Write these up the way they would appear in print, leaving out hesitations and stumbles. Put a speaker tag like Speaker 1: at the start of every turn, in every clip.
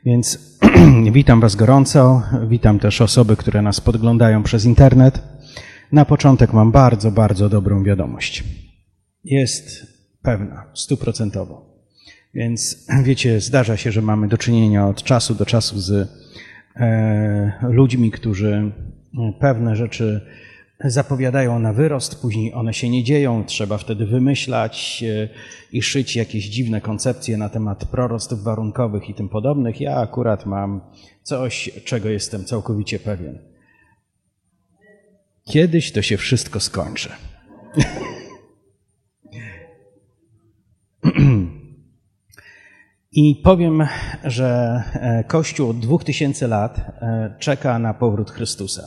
Speaker 1: Więc witam Was gorąco, witam też osoby, które nas podglądają przez internet. Na początek mam bardzo, bardzo dobrą wiadomość. Jest pewna, 100%. Więc wiecie, zdarza się, że mamy do czynienia od czasu do czasu z ludźmi, którzy pewne rzeczy zapowiadają na wyrost, później one się nie dzieją, trzeba wtedy wymyślać i szyć jakieś dziwne koncepcje na temat proroctw warunkowych i tym podobnych. Ja akurat mam coś, czego jestem całkowicie pewien. Kiedyś to się wszystko skończy. I powiem, że Kościół od 2000 lat czeka na powrót Chrystusa.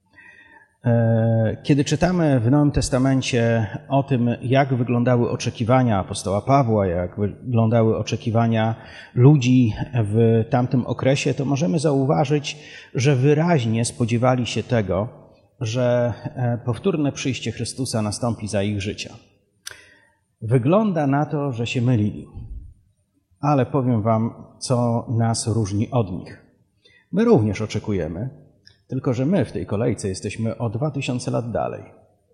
Speaker 1: Kiedy czytamy w Nowym Testamencie o tym, jak wyglądały oczekiwania apostoła Pawła, jak wyglądały oczekiwania ludzi w tamtym okresie, to możemy zauważyć, że wyraźnie spodziewali się tego, że powtórne przyjście Chrystusa nastąpi za ich życia. Wygląda na to, że się mylili, ale powiem Wam, co nas różni od nich. My również oczekujemy, tylko że my w tej kolejce jesteśmy o 2000 lat dalej.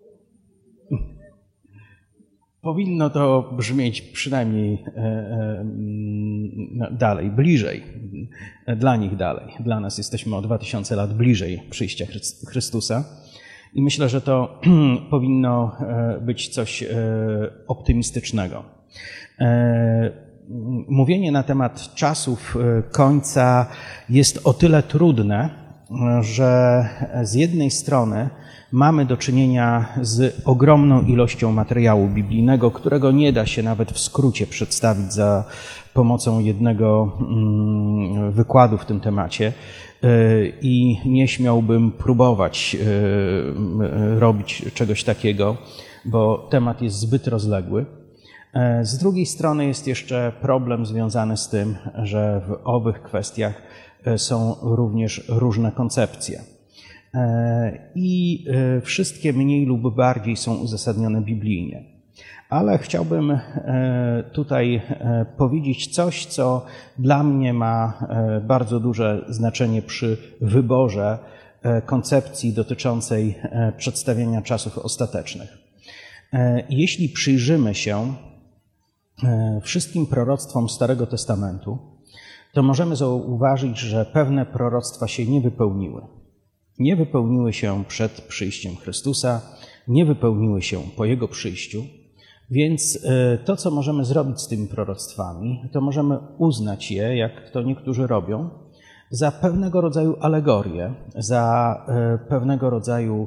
Speaker 1: Powinno to brzmieć przynajmniej dalej, bliżej. Dla nich dalej. Dla nas jesteśmy o 2000 lat bliżej przyjścia Chrystusa. I myślę, że to powinno być coś optymistycznego. Mówienie na temat czasów końca jest o tyle trudne, że z jednej strony mamy do czynienia z ogromną ilością materiału biblijnego, którego nie da się nawet w skrócie przedstawić za pomocą jednego wykładu w tym temacie i nie śmiałbym próbować robić czegoś takiego, bo temat jest zbyt rozległy. Z drugiej strony jest jeszcze problem związany z tym, że w owych kwestiach są również różne koncepcje. I wszystkie mniej lub bardziej są uzasadnione biblijnie. Ale chciałbym tutaj powiedzieć coś, co dla mnie ma bardzo duże znaczenie przy wyborze koncepcji dotyczącej przedstawienia czasów ostatecznych. Jeśli przyjrzymy się wszystkim proroctwom Starego Testamentu, to możemy zauważyć, że pewne proroctwa się nie wypełniły. Nie wypełniły się przed przyjściem Chrystusa, nie wypełniły się po Jego przyjściu, więc to, co możemy zrobić z tymi proroctwami, to możemy uznać je, jak to niektórzy robią, za pewnego rodzaju alegorię, za pewnego rodzaju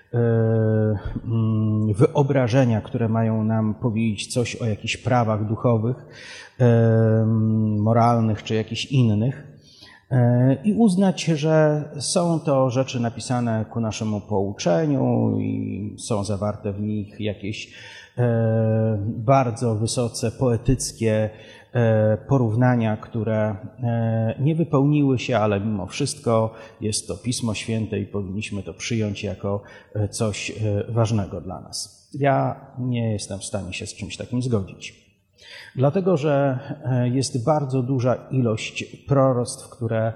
Speaker 1: wyobrażenia, które mają nam powiedzieć coś o jakichś prawach duchowych, moralnych czy jakichś innych i uznać, że są to rzeczy napisane ku naszemu pouczeniu i są zawarte w nich jakieś bardzo wysoce poetyckie porównania, które nie wypełniły się, ale mimo wszystko jest to Pismo Święte i powinniśmy to przyjąć jako coś ważnego dla nas. Ja nie jestem w stanie się z czymś takim zgodzić. Dlatego, że jest bardzo duża ilość proroctw, które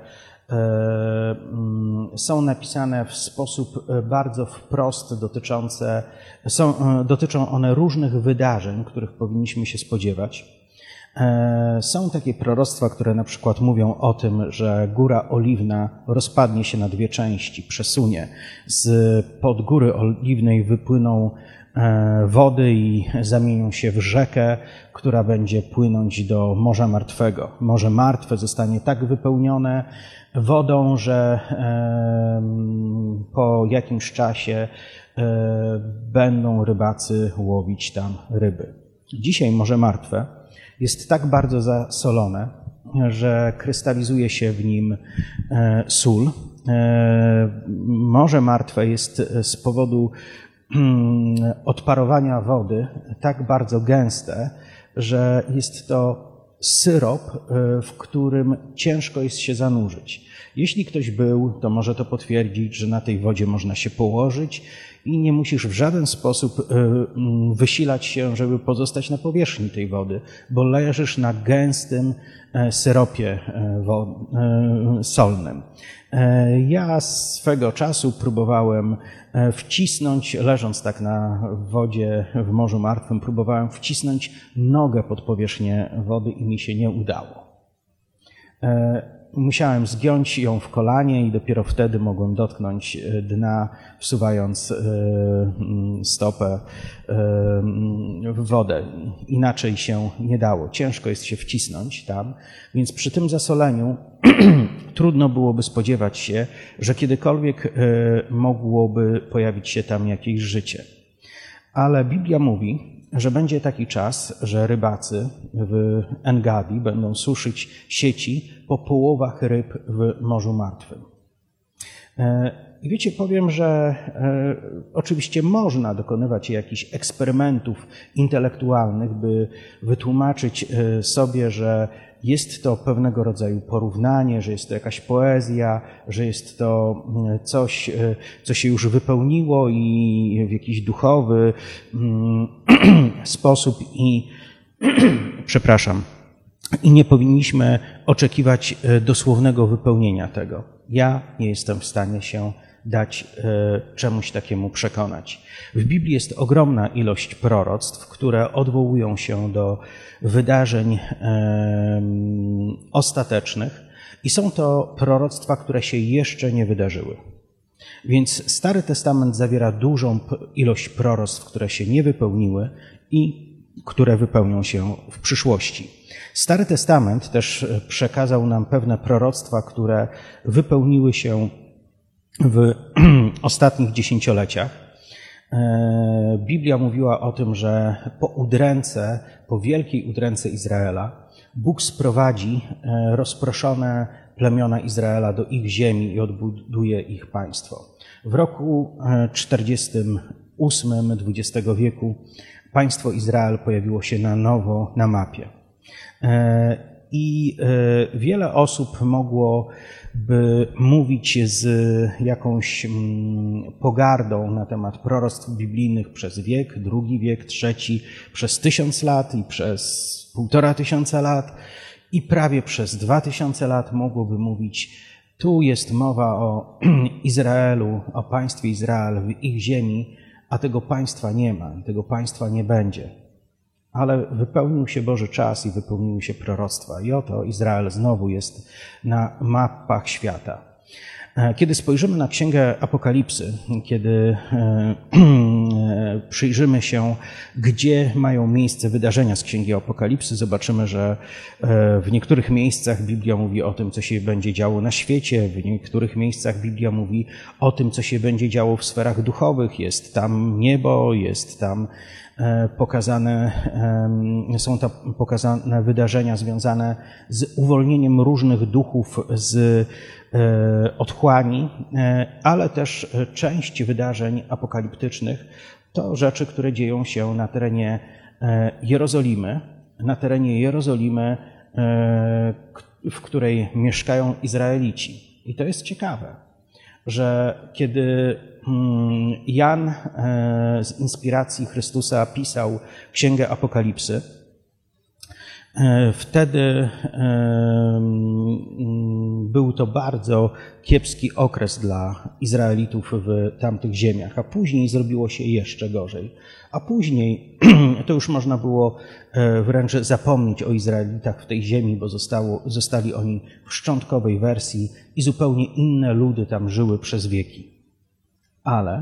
Speaker 1: są napisane w sposób bardzo wprost dotyczą one różnych wydarzeń, których powinniśmy się spodziewać. Są takie proroctwa, które na przykład mówią o tym, że Góra Oliwna rozpadnie się na dwie części, przesunie. Spod Góry Oliwnej wypłyną wody i zamienią się w rzekę, która będzie płynąć do Morza Martwego. Morze Martwe zostanie tak wypełnione wodą, że po jakimś czasie będą rybacy łowić tam ryby. Dzisiaj Morze Martwe jest tak bardzo zasolone, że krystalizuje się w nim sól. Morze Martwe jest z powodu odparowania wody tak bardzo gęste, że jest to syrop, w którym ciężko jest się zanurzyć. Jeśli ktoś był, to może to potwierdzić, że na tej wodzie można się położyć i nie musisz w żaden sposób wysilać się, żeby pozostać na powierzchni tej wody, bo leżysz na gęstym syropie solnym. Ja swego czasu próbowałem wcisnąć, leżąc tak na wodzie w Morzu Martwym, próbowałem wcisnąć nogę pod powierzchnię wody i mi się nie udało. Musiałem zgiąć ją w kolanie i dopiero wtedy mogłem dotknąć dna, wsuwając stopę w wodę. Inaczej się nie dało. Ciężko jest się wcisnąć tam, więc przy tym zasoleniu trudno byłoby spodziewać się, że kiedykolwiek mogłoby pojawić się tam jakieś życie. Ale Biblia mówi, że będzie taki czas, że rybacy w En-Gadi będą suszyć sieci po połowach ryb w Morzu Martwym. I wiecie, powiem, że oczywiście można dokonywać jakichś eksperymentów intelektualnych, by wytłumaczyć sobie, że jest to pewnego rodzaju porównanie, że jest to jakaś poezja, że jest to coś, co się już wypełniło i w jakiś duchowy sposób i nie powinniśmy oczekiwać dosłownego wypełnienia tego. Ja nie jestem w stanie się dać czemuś takiemu przekonać. W Biblii jest ogromna ilość proroctw, które odwołują się do wydarzeń ostatecznych i są to proroctwa, które się jeszcze nie wydarzyły. Więc Stary Testament zawiera dużą ilość proroctw, które się nie wypełniły i które wypełnią się w przyszłości. Stary Testament też przekazał nam pewne proroctwa, które wypełniły się w ostatnich dziesięcioleciach. Biblia mówiła o tym, że po wielkiej udręce Izraela, Bóg sprowadzi rozproszone plemiona Izraela do ich ziemi i odbuduje ich państwo. W roku 48 XX wieku państwo Izrael pojawiło się na nowo na mapie. I wiele osób mogłoby mówić z jakąś pogardą na temat proroctw biblijnych przez wiek, II wiek, III, przez 1000 lat i przez 1500 lat i prawie przez 2000 lat mogłoby mówić, tu jest mowa o Izraelu, o państwie Izrael w ich ziemi, a tego państwa nie ma i tego państwa nie będzie. Ale wypełnił się Boży czas i wypełniły się proroctwa. I oto Izrael znowu jest na mapach świata. Kiedy spojrzymy na Księgę Apokalipsy, kiedy przyjrzymy się, gdzie mają miejsce wydarzenia z Księgi Apokalipsy, zobaczymy, że w niektórych miejscach Biblia mówi o tym, co się będzie działo na świecie, w niektórych miejscach Biblia mówi o tym, co się będzie działo w sferach duchowych. Jest tam niebo, jest tam są tam pokazane wydarzenia związane z uwolnieniem różnych duchów z otchłani, ale też część wydarzeń apokaliptycznych to rzeczy, które dzieją się na terenie Jerozolimy, w której mieszkają Izraelici. I to jest ciekawe, że kiedy Jan z inspiracji Chrystusa pisał Księgę Apokalipsy, wtedy był to bardzo kiepski okres dla Izraelitów w tamtych ziemiach, a później zrobiło się jeszcze gorzej. A później to już można było wręcz zapomnieć o Izraelitach w tej ziemi, bo zostali oni w szczątkowej wersji i zupełnie inne ludy tam żyły przez wieki. Ale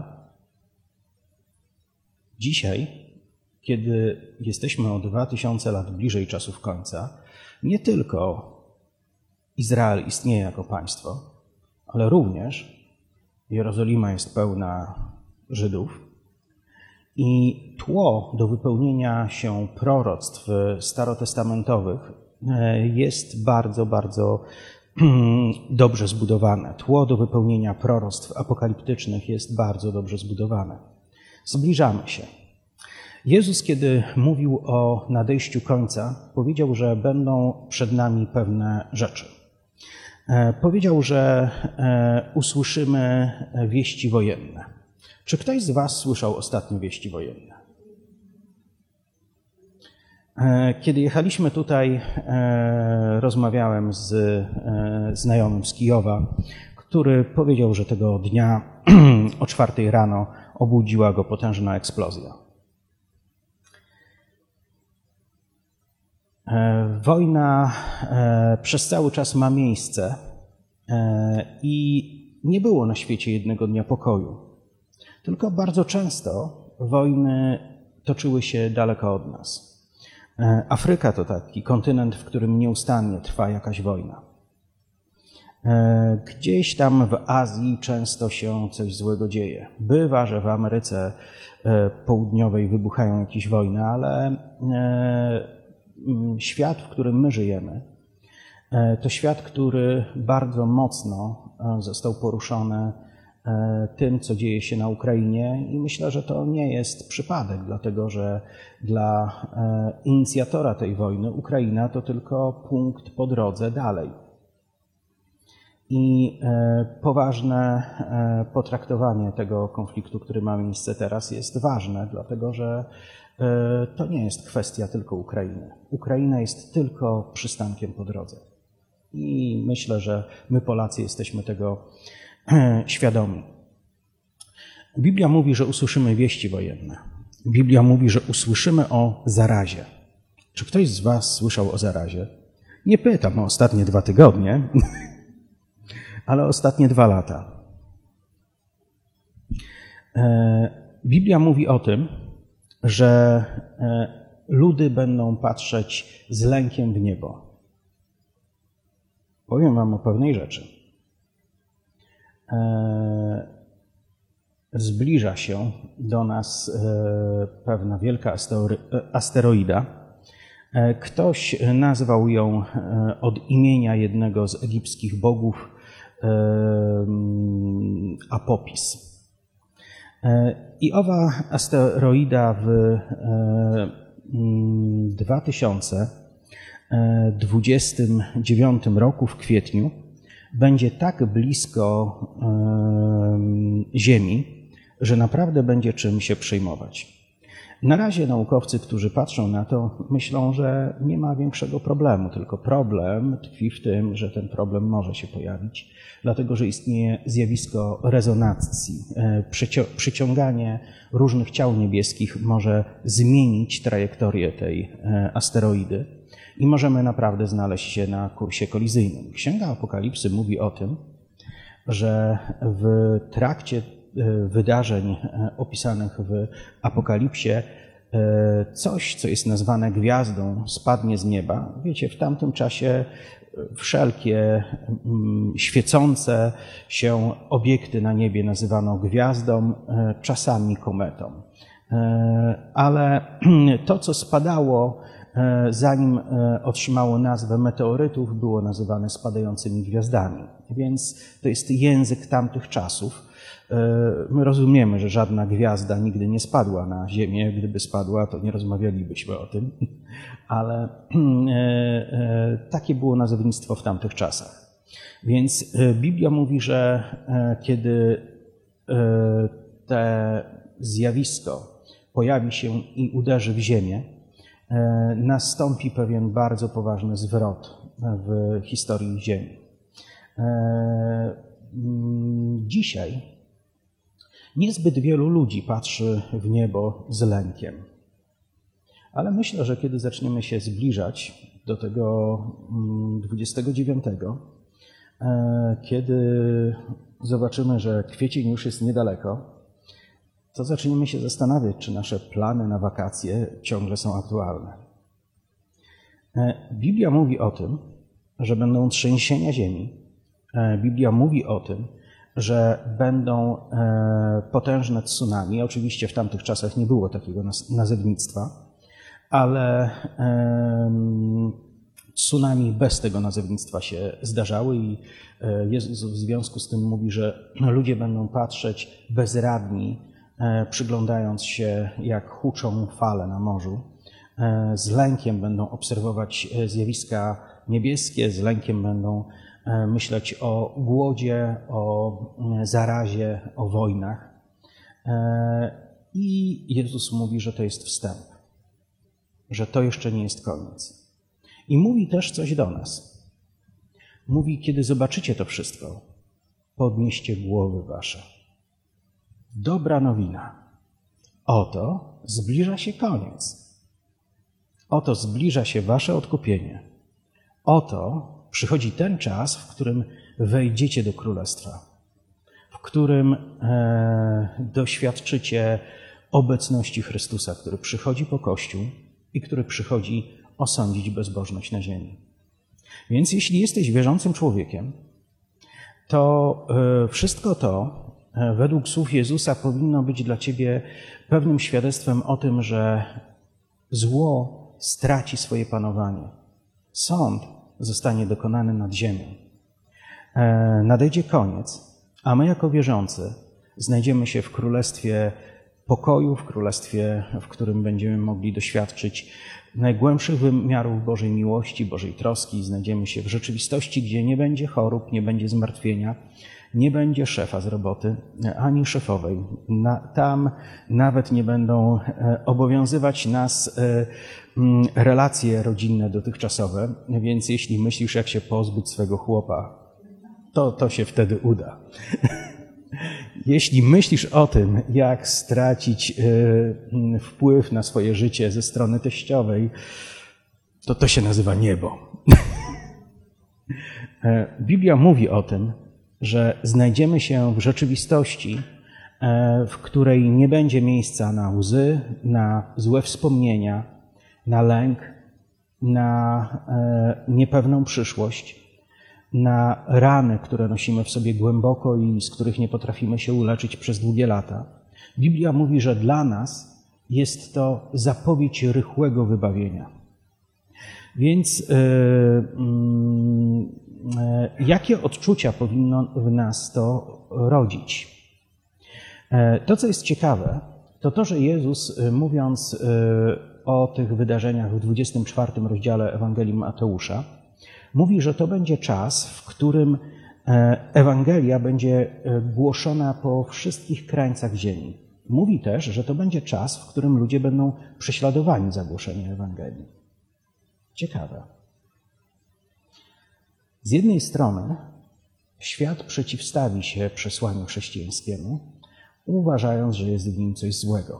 Speaker 1: dzisiaj, kiedy jesteśmy o 2000 lat bliżej czasów końca, nie tylko Izrael istnieje jako państwo, ale również Jerozolima jest pełna Żydów i tło do wypełnienia się proroctw starotestamentowych jest bardzo, bardzo dobrze zbudowane. Tło do wypełnienia proroctw apokaliptycznych jest bardzo dobrze zbudowane. Zbliżamy się. Jezus, kiedy mówił o nadejściu końca, powiedział, że będą przed nami pewne rzeczy. Powiedział, że usłyszymy wieści wojenne. Czy ktoś z was słyszał ostatnie wieści wojenne? Kiedy jechaliśmy tutaj, rozmawiałem z znajomym z Kijowa, który powiedział, że tego dnia o 4 rano obudziła go potężna eksplozja. Wojna przez cały czas ma miejsce i nie było na świecie jednego dnia pokoju. Tylko bardzo często wojny toczyły się daleko od nas. Afryka to taki kontynent, w którym nieustannie trwa jakaś wojna. Gdzieś tam w Azji często się coś złego dzieje. Bywa, że w Ameryce Południowej wybuchają jakieś wojny, ale świat, w którym my żyjemy, to świat, który bardzo mocno został poruszony tym, co dzieje się na Ukrainie i myślę, że to nie jest przypadek, dlatego że dla inicjatora tej wojny Ukraina to tylko punkt po drodze dalej. I poważne potraktowanie tego konfliktu, który ma miejsce teraz, jest ważne, dlatego że to nie jest kwestia tylko Ukrainy. Ukraina jest tylko przystankiem po drodze. I myślę, że my Polacy jesteśmy tego świadomi. Biblia mówi, że usłyszymy wieści wojenne. Biblia mówi, że usłyszymy o zarazie. Czy ktoś z was słyszał o zarazie? Nie pytam o ostatnie 2 tygodnie, ale ostatnie 2 lata. Biblia mówi o tym, że ludy będą patrzeć z lękiem w niebo. Powiem wam o pewnej rzeczy. Zbliża się do nas pewna wielka asteroida. Ktoś nazwał ją od imienia jednego z egipskich bogów Apopis. I owa asteroida w 2029 roku w kwietniu będzie tak blisko Ziemi, że naprawdę będzie czym się przejmować. Na razie naukowcy, którzy patrzą na to, myślą, że nie ma większego problemu, tylko problem tkwi w tym, że ten problem może się pojawić, dlatego że istnieje zjawisko rezonacji. Przyciąganie różnych ciał niebieskich może zmienić trajektorię tej asteroidy i możemy naprawdę znaleźć się na kursie kolizyjnym. Księga Apokalipsy mówi o tym, że w trakcie wydarzeń opisanych w Apokalipsie coś, co jest nazwane gwiazdą, spadnie z nieba. Wiecie, w tamtym czasie wszelkie świecące się obiekty na niebie nazywano gwiazdą, czasami kometą. Ale to, co spadało, zanim otrzymało nazwę meteorytów, było nazywane spadającymi gwiazdami. Więc to jest język tamtych czasów. My rozumiemy, że żadna gwiazda nigdy nie spadła na Ziemię. Gdyby spadła, to nie rozmawialibyśmy o tym. Ale takie było nazewnictwo w tamtych czasach. Więc Biblia mówi, że kiedy to zjawisko pojawi się i uderzy w Ziemię, nastąpi pewien bardzo poważny zwrot w historii Ziemi. Dzisiaj niezbyt wielu ludzi patrzy w niebo z lękiem. Ale myślę, że kiedy zaczniemy się zbliżać do tego 29, kiedy zobaczymy, że kwiecień już jest niedaleko, to zaczniemy się zastanawiać, czy nasze plany na wakacje ciągle są aktualne. Biblia mówi o tym, że będą trzęsienia ziemi. Biblia mówi o tym, że będą potężne tsunami. Oczywiście w tamtych czasach nie było takiego nazewnictwa, ale tsunami bez tego nazewnictwa się zdarzały i Jezus w związku z tym mówi, że ludzie będą patrzeć bezradni, przyglądając się, jak huczą fale na morzu. Z lękiem będą obserwować zjawiska niebieskie, z lękiem będą myśleć o głodzie, o zarazie, o wojnach. I Jezus mówi, że to jest wstęp, że to jeszcze nie jest koniec. I mówi też coś do nas. Mówi, kiedy zobaczycie to wszystko, podnieście głowy wasze. Dobra nowina. Oto zbliża się koniec. Oto zbliża się wasze odkupienie. Oto przychodzi ten czas, w którym wejdziecie do Królestwa, w którym doświadczycie obecności Chrystusa, który przychodzi po Kościół i który przychodzi osądzić bezbożność na ziemi. Więc jeśli jesteś wierzącym człowiekiem, to wszystko to według słów Jezusa powinno być dla ciebie pewnym świadectwem o tym, że zło straci swoje panowanie. Sąd zostanie dokonany nad ziemią. Nadejdzie koniec, a my jako wierzący znajdziemy się w królestwie pokoju, w królestwie, w którym będziemy mogli doświadczyć najgłębszych wymiarów Bożej miłości, Bożej troski. Znajdziemy się w rzeczywistości, gdzie nie będzie chorób, nie będzie zmartwienia, nie będzie szefa z roboty, ani szefowej. Tam nawet nie będą obowiązywać nas relacje rodzinne dotychczasowe, więc jeśli myślisz, jak się pozbyć swego chłopa, to się wtedy uda. Jeśli myślisz o tym, jak stracić wpływ na swoje życie ze strony teściowej, to się nazywa niebo. Biblia mówi o tym, że znajdziemy się w rzeczywistości, w której nie będzie miejsca na łzy, na złe wspomnienia, na lęk, na niepewną przyszłość, na rany, które nosimy w sobie głęboko i z których nie potrafimy się uleczyć przez długie lata. Biblia mówi, że dla nas jest to zapowiedź rychłego wybawienia. Więc jakie odczucia powinno w nas to rodzić? To, co jest ciekawe, to, że Jezus, mówiąc o tych wydarzeniach w 24 rozdziale Ewangelii Mateusza, mówi, że to będzie czas, w którym Ewangelia będzie głoszona po wszystkich krańcach ziemi. Mówi też, że to będzie czas, w którym ludzie będą prześladowani za głoszenie Ewangelii. Ciekawe. Z jednej strony świat przeciwstawi się przesłaniu chrześcijańskiemu, uważając, że jest w nim coś złego.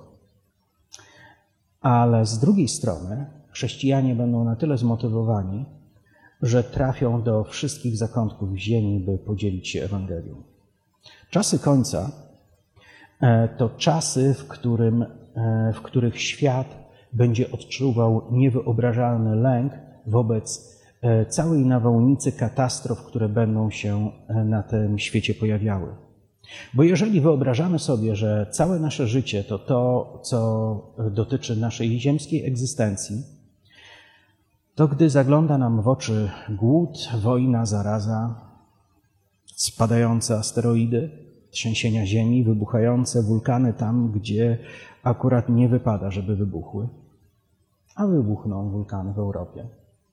Speaker 1: Ale z drugiej strony chrześcijanie będą na tyle zmotywowani, że trafią do wszystkich zakątków ziemi, by podzielić się Ewangelią. Czasy końca to czasy, w których świat będzie odczuwał niewyobrażalny lęk wobec całej nawałnicy katastrof, które będą się na tym świecie pojawiały. Bo jeżeli wyobrażamy sobie, że całe nasze życie to to, co dotyczy naszej ziemskiej egzystencji, to gdy zagląda nam w oczy głód, wojna, zaraza, spadające asteroidy, trzęsienia ziemi, wybuchające wulkany tam, gdzie akurat nie wypada, żeby wybuchły, a wybuchną wulkany w Europie.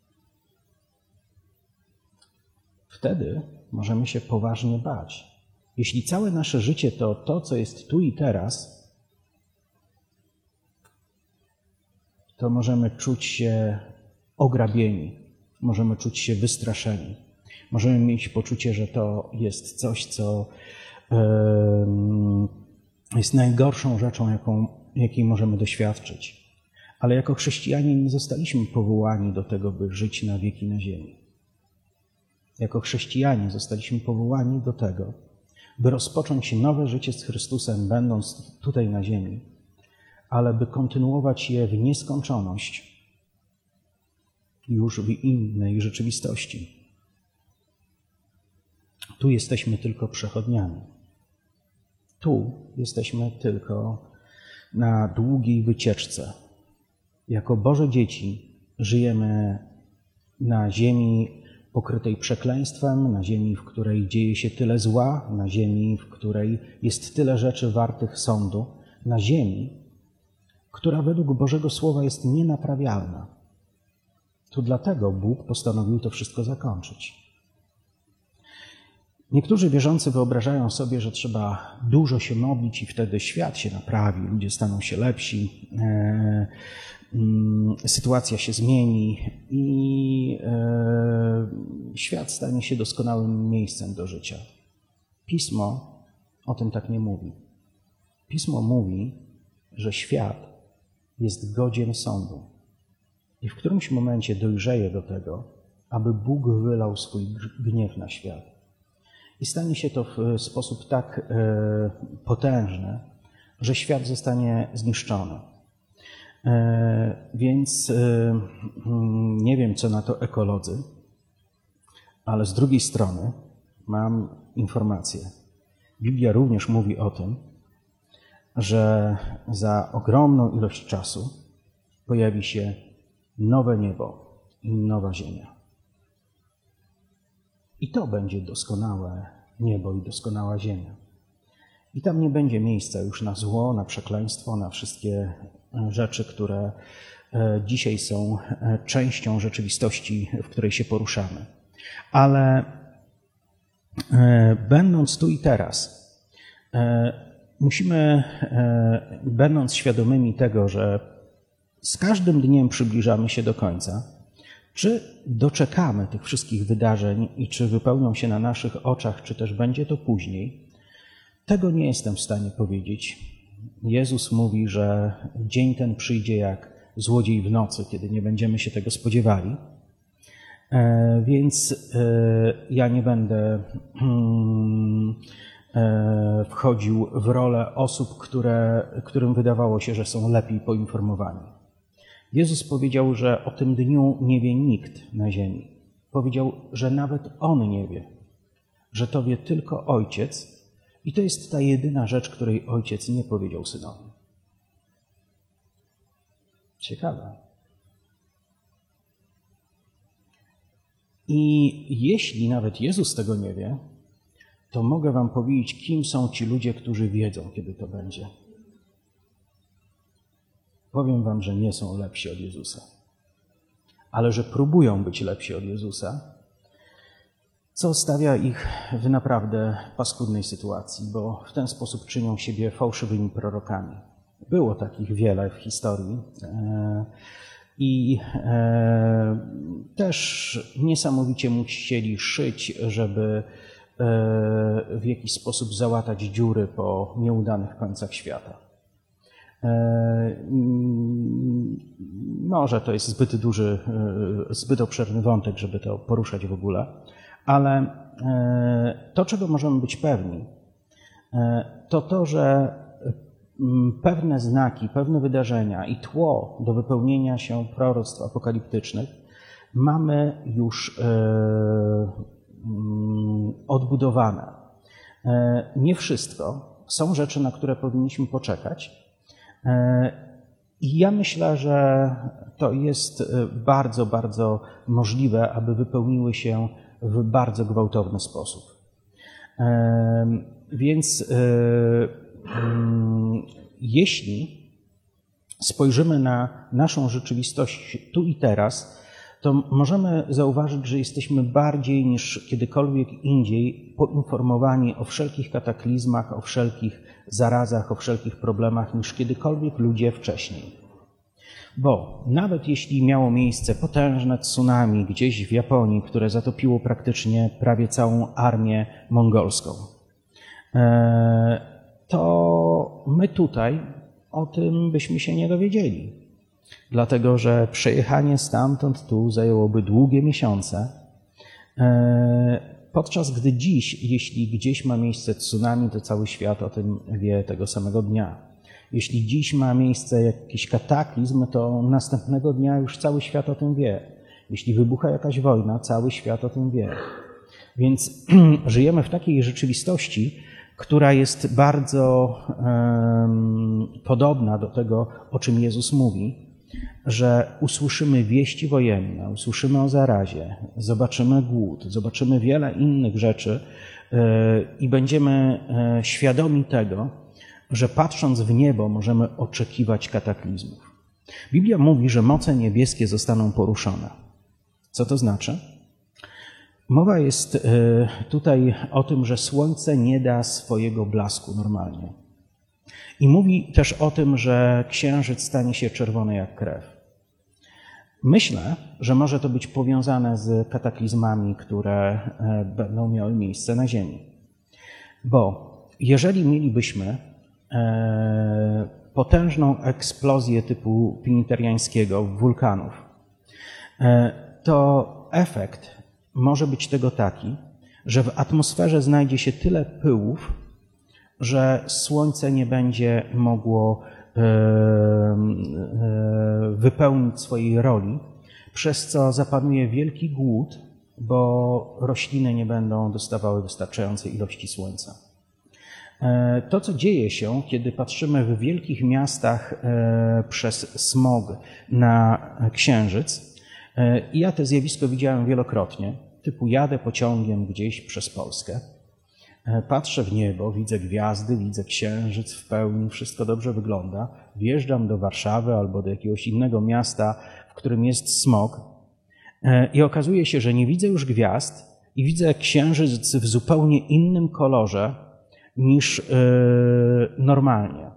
Speaker 1: Wtedy możemy się poważnie bać. Jeśli całe nasze życie to to, co jest tu i teraz, to możemy czuć się ograbieni, możemy czuć się wystraszeni. Możemy mieć poczucie, że to jest coś, co jest najgorszą rzeczą, jakiej możemy doświadczyć. Ale jako chrześcijanie nie zostaliśmy powołani do tego, by żyć na wieki na ziemi. Jako chrześcijanie zostaliśmy powołani do tego, by rozpocząć nowe życie z Chrystusem, będąc tutaj na ziemi, ale by kontynuować je w nieskończoność już w innej rzeczywistości. Tu jesteśmy tylko przechodniami. Tu jesteśmy tylko na długiej wycieczce. Jako Boże dzieci żyjemy na ziemi pokrytej przekleństwem, na ziemi, w której dzieje się tyle zła, na ziemi, w której jest tyle rzeczy wartych sądu, na ziemi, która według Bożego Słowa jest nienaprawialna. To dlatego Bóg postanowił to wszystko zakończyć. Niektórzy wierzący wyobrażają sobie, że trzeba dużo się modlić i wtedy świat się naprawi, ludzie staną się lepsi, sytuacja się zmieni i świat stanie się doskonałym miejscem do życia. Pismo o tym tak nie mówi. Pismo mówi, że świat jest godzien sądu i w którymś momencie dojrzeje do tego, aby Bóg wylał swój gniew na świat. I stanie się to w sposób tak potężny, że świat zostanie zniszczony. Więc nie wiem, co na to ekolodzy, ale z drugiej strony mam informację. Biblia również mówi o tym, że za ogromną ilość czasu pojawi się nowe niebo i nowa ziemia. I to będzie doskonałe niebo i doskonała ziemia. I tam nie będzie miejsca już na zło, na przekleństwo, na wszystkie rzeczy, które dzisiaj są częścią rzeczywistości, w której się poruszamy. Ale będąc tu i teraz, musimy, będąc świadomymi tego, że z każdym dniem przybliżamy się do końca, czy doczekamy tych wszystkich wydarzeń i czy wypełnią się na naszych oczach, czy też będzie to później, tego nie jestem w stanie powiedzieć. Jezus mówi, że dzień ten przyjdzie jak złodziej w nocy, kiedy nie będziemy się tego spodziewali. Więc ja nie będę wchodził w rolę osób, którym wydawało się, że są lepiej poinformowani. Jezus powiedział, że o tym dniu nie wie nikt na ziemi. Powiedział, że nawet On nie wie, że to wie tylko Ojciec i to jest ta jedyna rzecz, której Ojciec nie powiedział Synowi. Ciekawe. I jeśli nawet Jezus tego nie wie, to mogę wam powiedzieć, kim są ci ludzie, którzy wiedzą, kiedy to będzie. Powiem wam, że nie są lepsi od Jezusa, ale że próbują być lepsi od Jezusa, co stawia ich w naprawdę paskudnej sytuacji, bo w ten sposób czynią siebie fałszywymi prorokami. Było takich wiele w historii i też niesamowicie musieli szyć, żeby w jakiś sposób załatać dziury po nieudanych końcach świata. Może to jest zbyt duży, zbyt obszerny wątek, żeby to poruszać w ogóle, ale to, czego możemy być pewni, to to, że pewne znaki, pewne wydarzenia i tło do wypełnienia się proroctw apokaliptycznych mamy już odbudowane. Nie wszystko. Są rzeczy, na które powinniśmy poczekać. I ja myślę, że to jest bardzo, bardzo możliwe, aby wypełniły się w bardzo gwałtowny sposób. Więc jeśli spojrzymy na naszą rzeczywistość tu i teraz, to możemy zauważyć, że jesteśmy bardziej niż kiedykolwiek indziej poinformowani o wszelkich kataklizmach, o wszelkich zarazach, o wszelkich problemach niż kiedykolwiek ludzie wcześniej. Bo nawet jeśli miało miejsce potężne tsunami gdzieś w Japonii, które zatopiło praktycznie prawie całą armię mongolską, to my tutaj o tym byśmy się nie dowiedzieli. Dlatego, że przejechanie stamtąd tu zajęłoby długie miesiące, podczas gdy dziś, jeśli gdzieś ma miejsce tsunami, to cały świat o tym wie tego samego dnia. Jeśli dziś ma miejsce jakiś kataklizm, to następnego dnia już cały świat o tym wie. Jeśli wybucha jakaś wojna, cały świat o tym wie. Więc żyjemy w takiej rzeczywistości, która jest bardzo podobna do tego, o czym Jezus mówi, że usłyszymy wieści wojenne, usłyszymy o zarazie, zobaczymy głód, zobaczymy wiele innych rzeczy i będziemy świadomi tego, że patrząc w niebo możemy oczekiwać kataklizmów. Biblia mówi, że moce niebieskie zostaną poruszone. Co to znaczy? Mowa jest tutaj o tym, że słońce nie da swojego blasku normalnie. I mówi też o tym, że księżyc stanie się czerwony jak krew. Myślę, że może to być powiązane z kataklizmami, które będą miały miejsce na Ziemi. Bo jeżeli mielibyśmy potężną eksplozję typu piniteriańskiego wulkanów, to efekt może być tego taki, że w atmosferze znajdzie się tyle pyłów, że Słońce nie będzie mogło wypełnić swojej roli, przez co zapanuje wielki głód, bo rośliny nie będą dostawały wystarczającej ilości słońca. To, co dzieje się, kiedy patrzymy w wielkich miastach przez smog na Księżyc, i ja to zjawisko widziałem wielokrotnie, typu jadę pociągiem gdzieś przez Polskę, patrzę w niebo, widzę gwiazdy, widzę Księżyc w pełni, wszystko dobrze wygląda, wjeżdżam do Warszawy albo do jakiegoś innego miasta, w którym jest smog i okazuje się, że nie widzę już gwiazd i widzę Księżyc w zupełnie innym kolorze niż normalnie.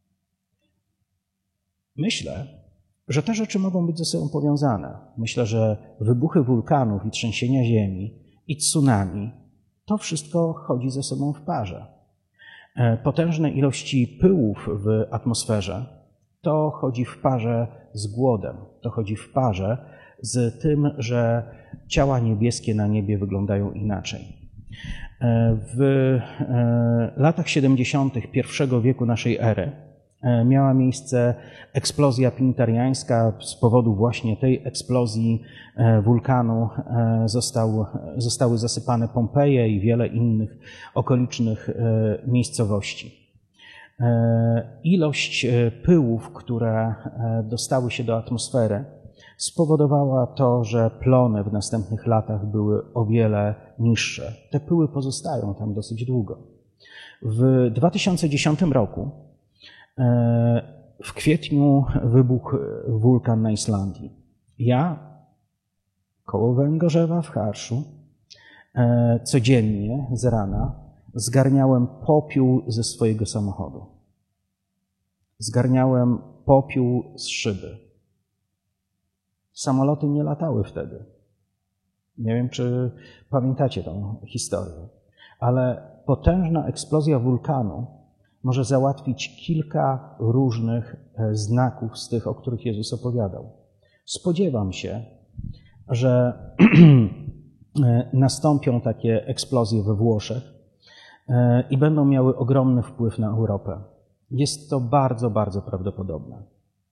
Speaker 1: Myślę, że te rzeczy mogą być ze sobą powiązane. Myślę, że wybuchy wulkanów i trzęsienia ziemi i tsunami, to wszystko chodzi ze sobą w parze. Potężne ilości pyłów w atmosferze, to chodzi w parze z głodem, to chodzi w parze z tym, że ciała niebieskie na niebie wyglądają inaczej. W latach 70. I wieku naszej ery miała miejsce eksplozja piniteriańska. Z powodu właśnie tej eksplozji wulkanu zostały zasypane Pompeje i wiele innych okolicznych miejscowości. Ilość pyłów, które dostały się do atmosfery, spowodowała to, że plony w następnych latach były o wiele niższe. Te pyły pozostają tam dosyć długo. W 2010 roku w kwietniu wybuchł wulkan na Islandii. Ja koło Węgorzewa w Harszu codziennie z rana zgarniałem popiół ze swojego samochodu. Zgarniałem popiół z szyby. Samoloty nie latały wtedy. Nie wiem, czy pamiętacie tą historię, ale potężna eksplozja wulkanu może załatwić kilka różnych znaków z tych, o których Jezus opowiadał. Spodziewam się, że nastąpią takie eksplozje we Włoszech i będą miały ogromny wpływ na Europę. Jest to bardzo, bardzo prawdopodobne.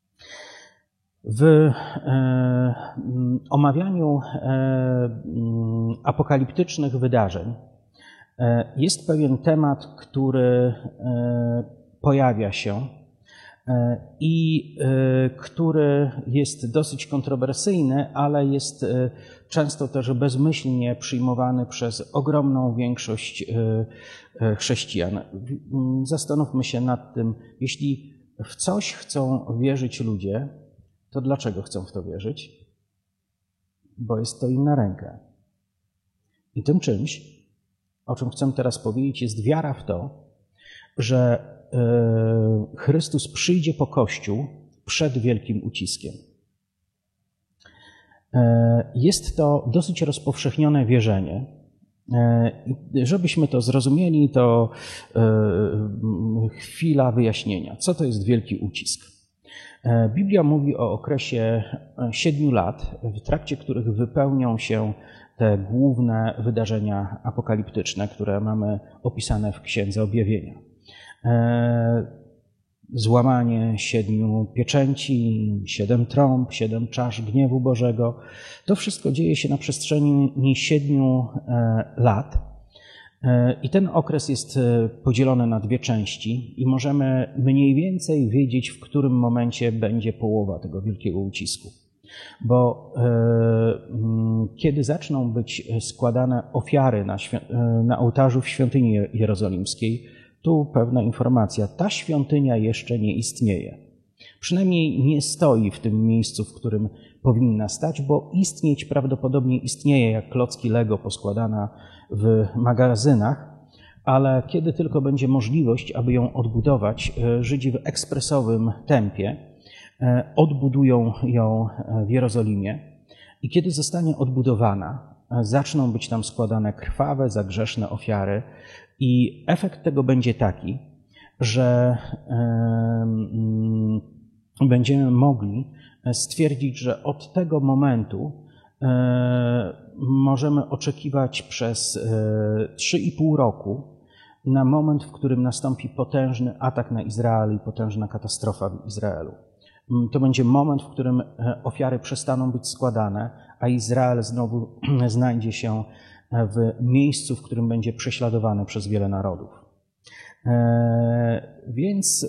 Speaker 1: W omawianiu apokaliptycznych wydarzeń jest pewien temat, który pojawia się i który jest dosyć kontrowersyjny, ale jest często też bezmyślnie przyjmowany przez ogromną większość chrześcijan. Zastanówmy się nad tym, jeśli w coś chcą wierzyć ludzie, to dlaczego chcą w to wierzyć? Bo jest to im na rękę. I tym czymś, o czym chcę teraz powiedzieć, jest wiara w to, że Chrystus przyjdzie po Kościół przed wielkim uciskiem. Jest to dosyć rozpowszechnione wierzenie. Żebyśmy to zrozumieli, to chwila wyjaśnienia. Co to jest wielki ucisk? Biblia mówi o okresie 7 lat, w trakcie których wypełnią się te główne wydarzenia apokaliptyczne, które mamy opisane w Księdze Objawienia. Złamanie 7 pieczęci, 7 trąb, 7 czasz gniewu Bożego. To wszystko dzieje się na przestrzeni 7 lat. I ten okres jest podzielony na 2 części i możemy mniej więcej wiedzieć, w którym momencie będzie połowa tego wielkiego ucisku. Bo kiedy zaczną być składane ofiary na ołtarzu w świątyni jerozolimskiej, tu pewna informacja, ta świątynia jeszcze nie istnieje. Przynajmniej nie stoi w tym miejscu, w którym powinna stać, bo istnieć prawdopodobnie istnieje jak klocki Lego poskładana w magazynach, ale kiedy tylko będzie możliwość, aby ją odbudować, Żydzi w ekspresowym tempie odbudują ją w Jerozolimie i kiedy zostanie odbudowana, zaczną być tam składane krwawe, zagrzeszne ofiary i efekt tego będzie taki, że będziemy mogli stwierdzić, że od tego momentu możemy oczekiwać przez 3,5 roku na moment, w którym nastąpi potężny atak na Izrael i potężna katastrofa w Izraelu. To będzie moment, w którym ofiary przestaną być składane, a Izrael znowu znajdzie się w miejscu, w którym będzie prześladowany przez wiele narodów. Więc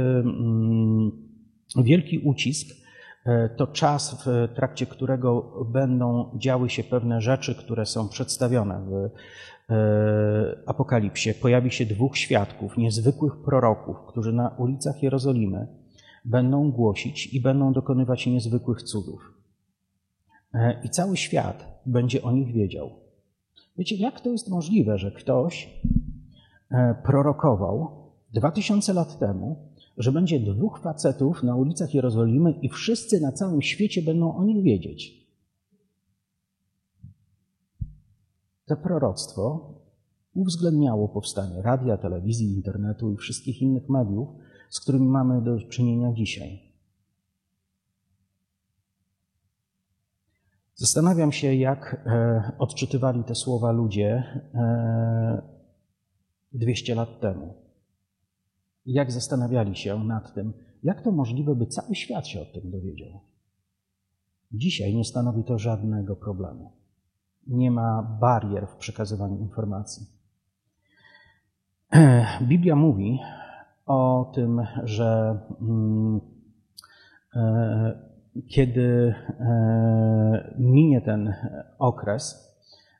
Speaker 1: wielki ucisk to czas, w trakcie którego będą działy się pewne rzeczy, które są przedstawione w Apokalipsie. Pojawi się 2 świadków, niezwykłych proroków, którzy na ulicach Jerozolimy będą głosić i będą dokonywać niezwykłych cudów. I cały świat będzie o nich wiedział. Wiecie, jak to jest możliwe, że ktoś prorokował 2000 lat temu, że będzie 2 facetów na ulicach Jerozolimy i wszyscy na całym świecie będą o nich wiedzieć? To proroctwo uwzględniało powstanie radia, telewizji, internetu i wszystkich innych mediów, z którymi mamy do czynienia dzisiaj. Zastanawiam się, jak odczytywali te słowa ludzie 200 lat temu. Jak zastanawiali się nad tym, jak to możliwe, by cały świat się o tym dowiedział. Dzisiaj nie stanowi to żadnego problemu. Nie ma barier w przekazywaniu informacji. Biblia mówi o tym, że kiedy minie ten okres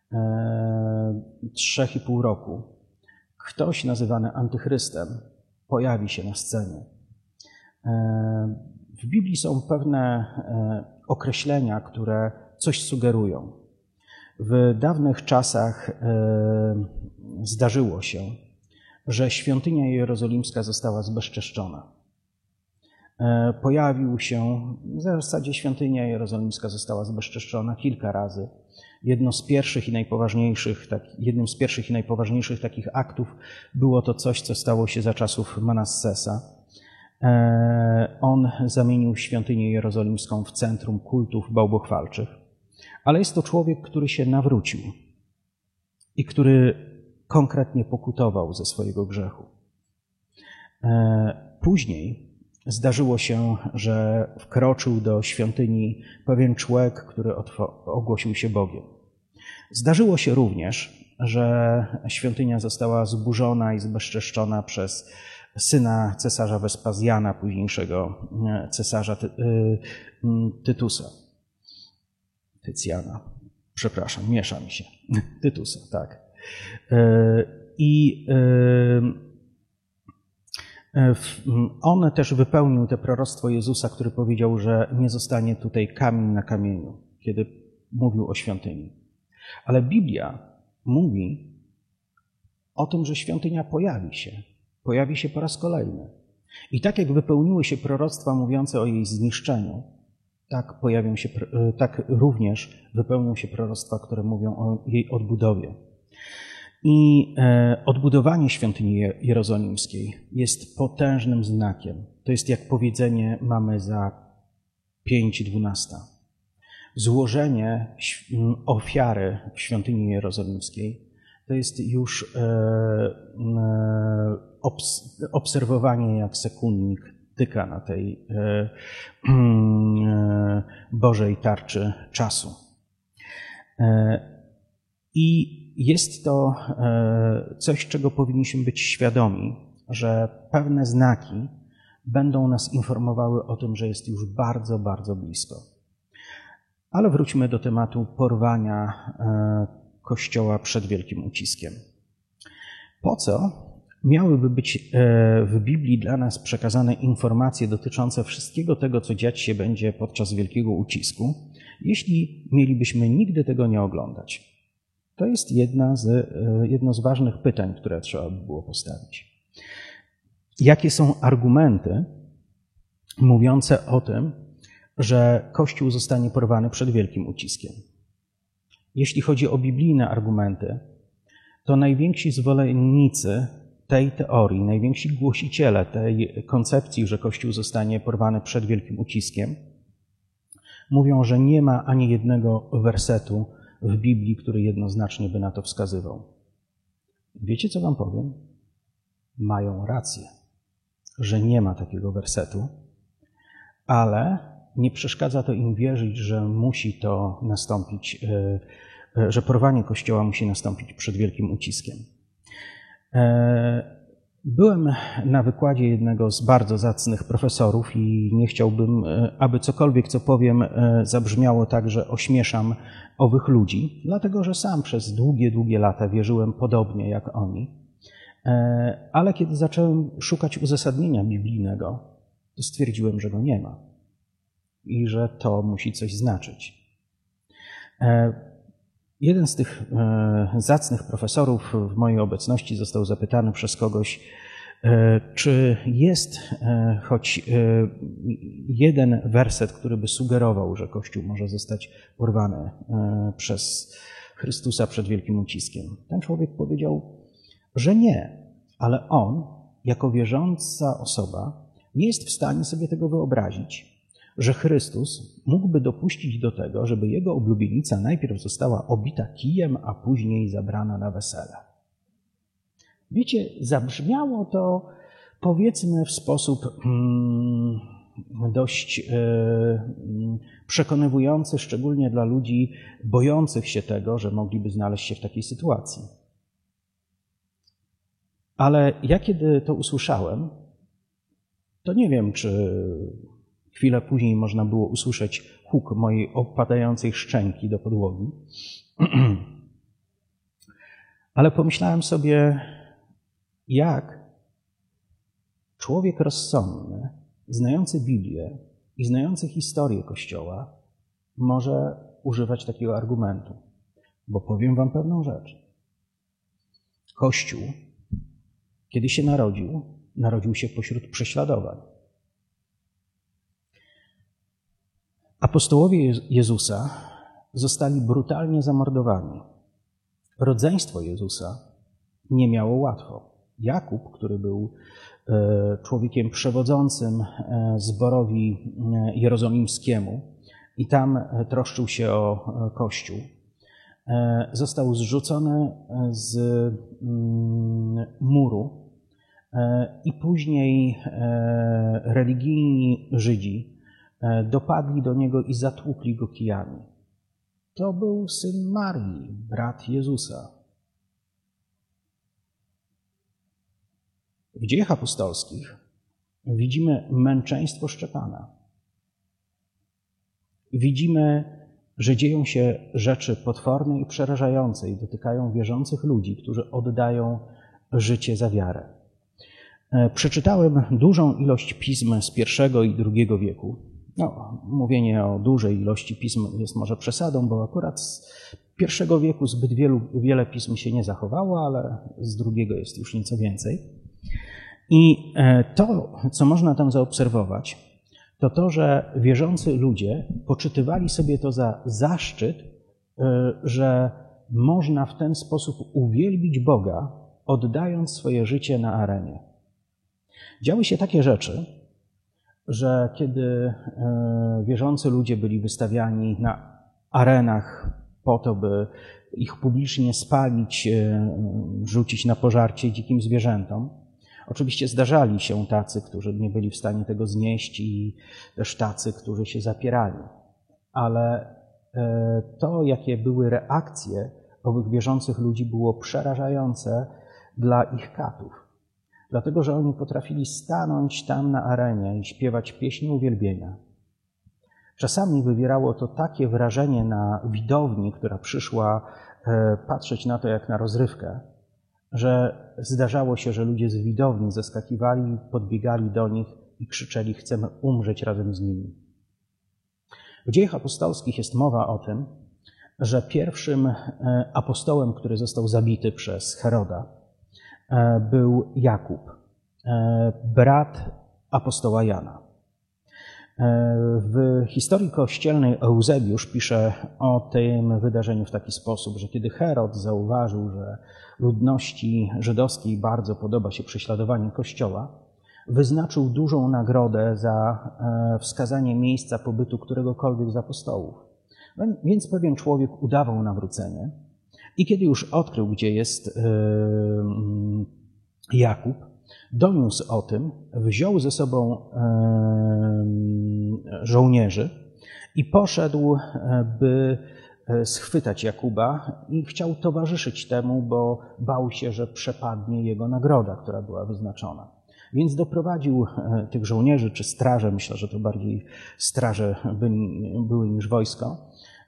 Speaker 1: 3,5 roku, ktoś nazywany antychrystem pojawi się na scenie. W Biblii są pewne określenia, które coś sugerują. W dawnych czasach zdarzyło się, że świątynia jerozolimska została zbezczeszczona. Pojawił się, w zasadzie świątynia jerozolimska została zbezczeszczona kilka razy. Jednym z pierwszych i najpoważniejszych takich aktów było to coś, co stało się za czasów Manassesa. On zamienił świątynię jerozolimską w centrum kultów bałwochwalczych. Ale jest to człowiek, który się nawrócił i który konkretnie pokutował ze swojego grzechu. Później zdarzyło się, że wkroczył do świątyni pewien człowiek, który ogłosił się Bogiem. Zdarzyło się również, że świątynia została zburzona i zbezczeszczona przez syna cesarza Wespazjana, późniejszego cesarza Tytusa. Tycjana. Przepraszam, miesza mi się. Tytusa, tak. I on też wypełnił to proroctwo Jezusa, który powiedział, że nie zostanie tutaj kamień na kamieniu, kiedy mówił o świątyni. Ale Biblia mówi o tym, że świątynia pojawi się po raz kolejny. I tak jak wypełniły się proroctwa mówiące o jej zniszczeniu, tak również wypełnią się proroctwa, które mówią o jej odbudowie. I odbudowanie świątyni jerozolimskiej jest potężnym znakiem. To jest jak powiedzenie mamy za 5:12. Złożenie ofiary w świątyni jerozolimskiej to jest już obserwowanie, jak sekundnik tyka na tej Bożej tarczy czasu. I jest to coś, czego powinniśmy być świadomi, że pewne znaki będą nas informowały o tym, że jest już bardzo, bardzo blisko. Ale wróćmy do tematu porwania Kościoła przed wielkim uciskiem. Po co miałyby być w Biblii dla nas przekazane informacje dotyczące wszystkiego tego, co dziać się będzie podczas wielkiego ucisku, jeśli mielibyśmy nigdy tego nie oglądać? To jest jedno z ważnych pytań, które trzeba by było postawić. Jakie są argumenty mówiące o tym, że Kościół zostanie porwany przed wielkim uciskiem? Jeśli chodzi o biblijne argumenty, to najwięksi zwolennicy tej teorii, najwięksi głosiciele tej koncepcji, że Kościół zostanie porwany przed wielkim uciskiem, mówią, że nie ma ani jednego wersetu w Biblii, który jednoznacznie by na to wskazywał. Wiecie, co wam powiem? Mają rację, że nie ma takiego wersetu, ale nie przeszkadza to im wierzyć, że musi to nastąpić, że porwanie Kościoła musi nastąpić przed wielkim uciskiem. Byłem na wykładzie jednego z bardzo zacnych profesorów i nie chciałbym, aby cokolwiek, co powiem, zabrzmiało tak, że ośmieszam owych ludzi, dlatego że sam przez długie lata wierzyłem podobnie jak oni. Ale kiedy zacząłem szukać uzasadnienia biblijnego, to stwierdziłem, że go nie ma i że to musi coś znaczyć. Jeden z tych zacnych profesorów w mojej obecności został zapytany przez kogoś, czy jest choć jeden werset, który by sugerował, że Kościół może zostać porwany przez Chrystusa przed wielkim uciskiem. Ten człowiek powiedział, że nie, ale on, jako wierząca osoba, nie jest w stanie sobie tego wyobrazić, że Chrystus mógłby dopuścić do tego, żeby jego oblubienica najpierw została obita kijem, a później zabrana na wesele. Wiecie, zabrzmiało to, powiedzmy, w sposób dość przekonywujący, szczególnie dla ludzi bojących się tego, że mogliby znaleźć się w takiej sytuacji. Ale ja kiedy to usłyszałem, to nie wiem, czy chwilę później można było usłyszeć huk mojej opadającej szczęki do podłogi. Ale pomyślałem sobie, jak człowiek rozsądny, znający Biblię i znający historię Kościoła, może używać takiego argumentu. Bo powiem wam pewną rzecz. Kościół, kiedy się narodził się pośród prześladowań. Apostołowie Jezusa zostali brutalnie zamordowani. Rodzeństwo Jezusa nie miało łatwo. Jakub, który był człowiekiem przewodzącym zborowi jerozolimskiemu i tam troszczył się o Kościół, został zrzucony z muru i później religijni Żydzi dopadli do niego i zatłukli go kijami. To był syn Marii, brat Jezusa. W Dziejach Apostolskich widzimy męczeństwo Szczepana. Widzimy, że dzieją się rzeczy potworne i przerażające i dotykają wierzących ludzi, którzy oddają życie za wiarę. Przeczytałem dużą ilość pism z I i II wieku. Mówienie o dużej ilości pism jest może przesadą, bo akurat z I wieku zbyt wiele pism się nie zachowało, ale z II jest już nieco więcej. I to, co można tam zaobserwować, to to, że wierzący ludzie poczytywali sobie to za zaszczyt, że można w ten sposób uwielbić Boga, oddając swoje życie na arenie. Działy się takie rzeczy, że kiedy wierzący ludzie byli wystawiani na arenach po to, by ich publicznie spalić, rzucić na pożarcie dzikim zwierzętom, oczywiście zdarzali się tacy, którzy nie byli w stanie tego znieść i też tacy, którzy się zapierali. Ale to, jakie były reakcje owych wierzących ludzi, było przerażające dla ich katów. Dlatego, że oni potrafili stanąć tam na arenie i śpiewać pieśni uwielbienia. Czasami wywierało to takie wrażenie na widowni, która przyszła patrzeć na to jak na rozrywkę, że zdarzało się, że ludzie z widowni zeskakiwali, podbiegali do nich i krzyczeli: chcemy umrzeć razem z nimi. W Dziejach Apostolskich jest mowa o tym, że pierwszym apostołem, który został zabity przez Heroda, był Jakub, brat apostoła Jana. W historii kościelnej Eusebiusz pisze o tym wydarzeniu w taki sposób, że kiedy Herod zauważył, że ludności żydowskiej bardzo podoba się prześladowanie Kościoła, wyznaczył dużą nagrodę za wskazanie miejsca pobytu któregokolwiek z apostołów. Więc pewien człowiek udawał nawrócenie i kiedy już odkrył, gdzie jest Jakub, doniósł o tym, wziął ze sobą żołnierzy i poszedł, by schwytać Jakuba i chciał towarzyszyć temu, bo bał się, że przepadnie jego nagroda, która była wyznaczona. Więc doprowadził tych żołnierzy, czy straże, myślę, że to bardziej straże były niż wojsko,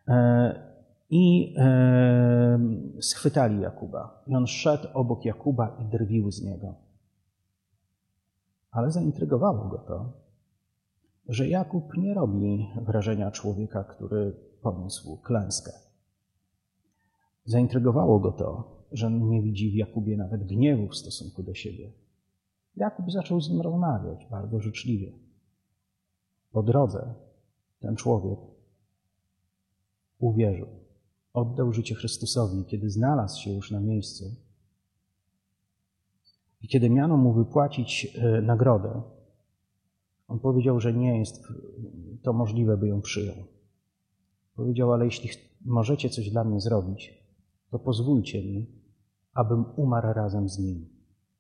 Speaker 1: i schwytali Jakuba. I on szedł obok Jakuba i drwił z niego. Ale zaintrygowało go to, że Jakub nie robi wrażenia człowieka, który poniósł klęskę. Zaintrygowało go to, że nie widzi w Jakubie nawet gniewu w stosunku do siebie. Jakub zaczął z nim rozmawiać bardzo życzliwie. Po drodze ten człowiek uwierzył, oddał życie Chrystusowi, kiedy znalazł się już na miejscu i kiedy miano mu wypłacić nagrodę, on powiedział, że nie jest to możliwe, by ją przyjął. Powiedział: ale jeśli możecie coś dla mnie zrobić, to pozwólcie mi, abym umarł razem z nim.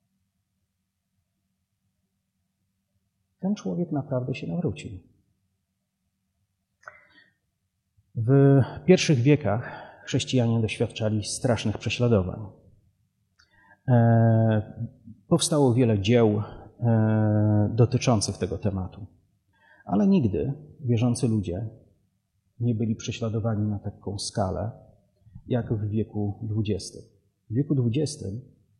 Speaker 1: Ten człowiek naprawdę się nawrócił. W pierwszych wiekach chrześcijanie doświadczali strasznych prześladowań. Powstało wiele dzieł dotyczących tego tematu, ale nigdy wierzący ludzie nie byli prześladowani na taką skalę jak w wieku XX. W wieku XX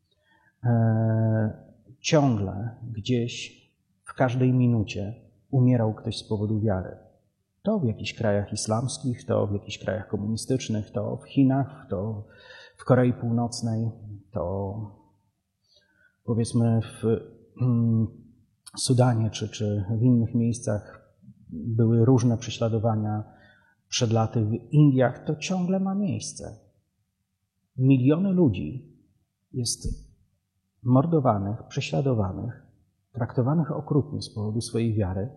Speaker 1: ciągle gdzieś w każdej minucie umierał ktoś z powodu wiary. To w jakichś krajach islamskich, to w jakichś krajach komunistycznych, to w Chinach, to w Korei Północnej, to powiedzmy w Sudanie czy w innych miejscach były różne prześladowania przed laty. W Indiach to ciągle ma miejsce. Miliony ludzi jest mordowanych, prześladowanych, traktowanych okrutnie z powodu swojej wiary.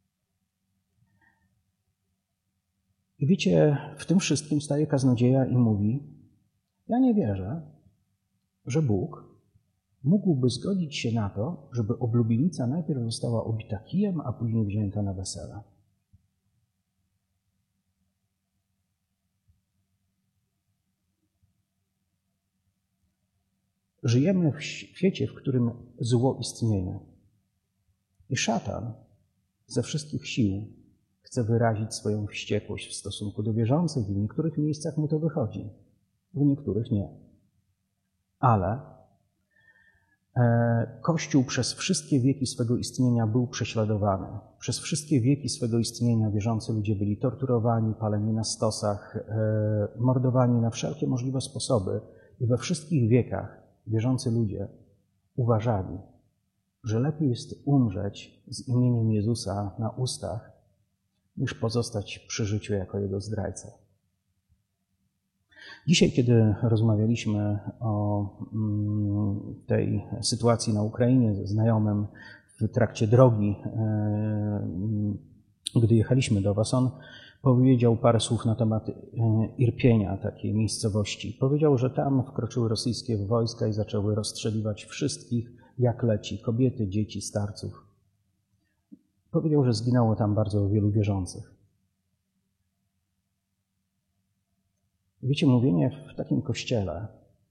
Speaker 1: I wiecie, w tym wszystkim staje kaznodzieja i mówi: ja nie wierzę, że Bóg mógłby zgodzić się na to, żeby oblubienica najpierw została obita kijem, a później wzięta na wesele. Żyjemy w świecie, w którym zło istnieje. I szatan ze wszystkich sił chce wyrazić swoją wściekłość w stosunku do wierzących. W niektórych miejscach mu to wychodzi, w niektórych nie. Ale Kościół przez wszystkie wieki swego istnienia był prześladowany. Przez wszystkie wieki swego istnienia wierzący ludzie byli torturowani, paleni na stosach, mordowani na wszelkie możliwe sposoby. I we wszystkich wiekach wierzący ludzie uważali, że lepiej jest umrzeć z imieniem Jezusa na ustach, niż pozostać przy życiu jako Jego zdrajca. Dzisiaj, kiedy rozmawialiśmy o tej sytuacji na Ukrainie ze znajomym w trakcie drogi, gdy jechaliśmy do was, on powiedział parę słów na temat Irpienia, takiej miejscowości. Powiedział, że tam wkroczyły rosyjskie wojska i zaczęły rozstrzeliwać wszystkich, jak leci, kobiety, dzieci, starców. Powiedział, że zginęło tam bardzo wielu wierzących. Wiecie, mówienie w takim kościele,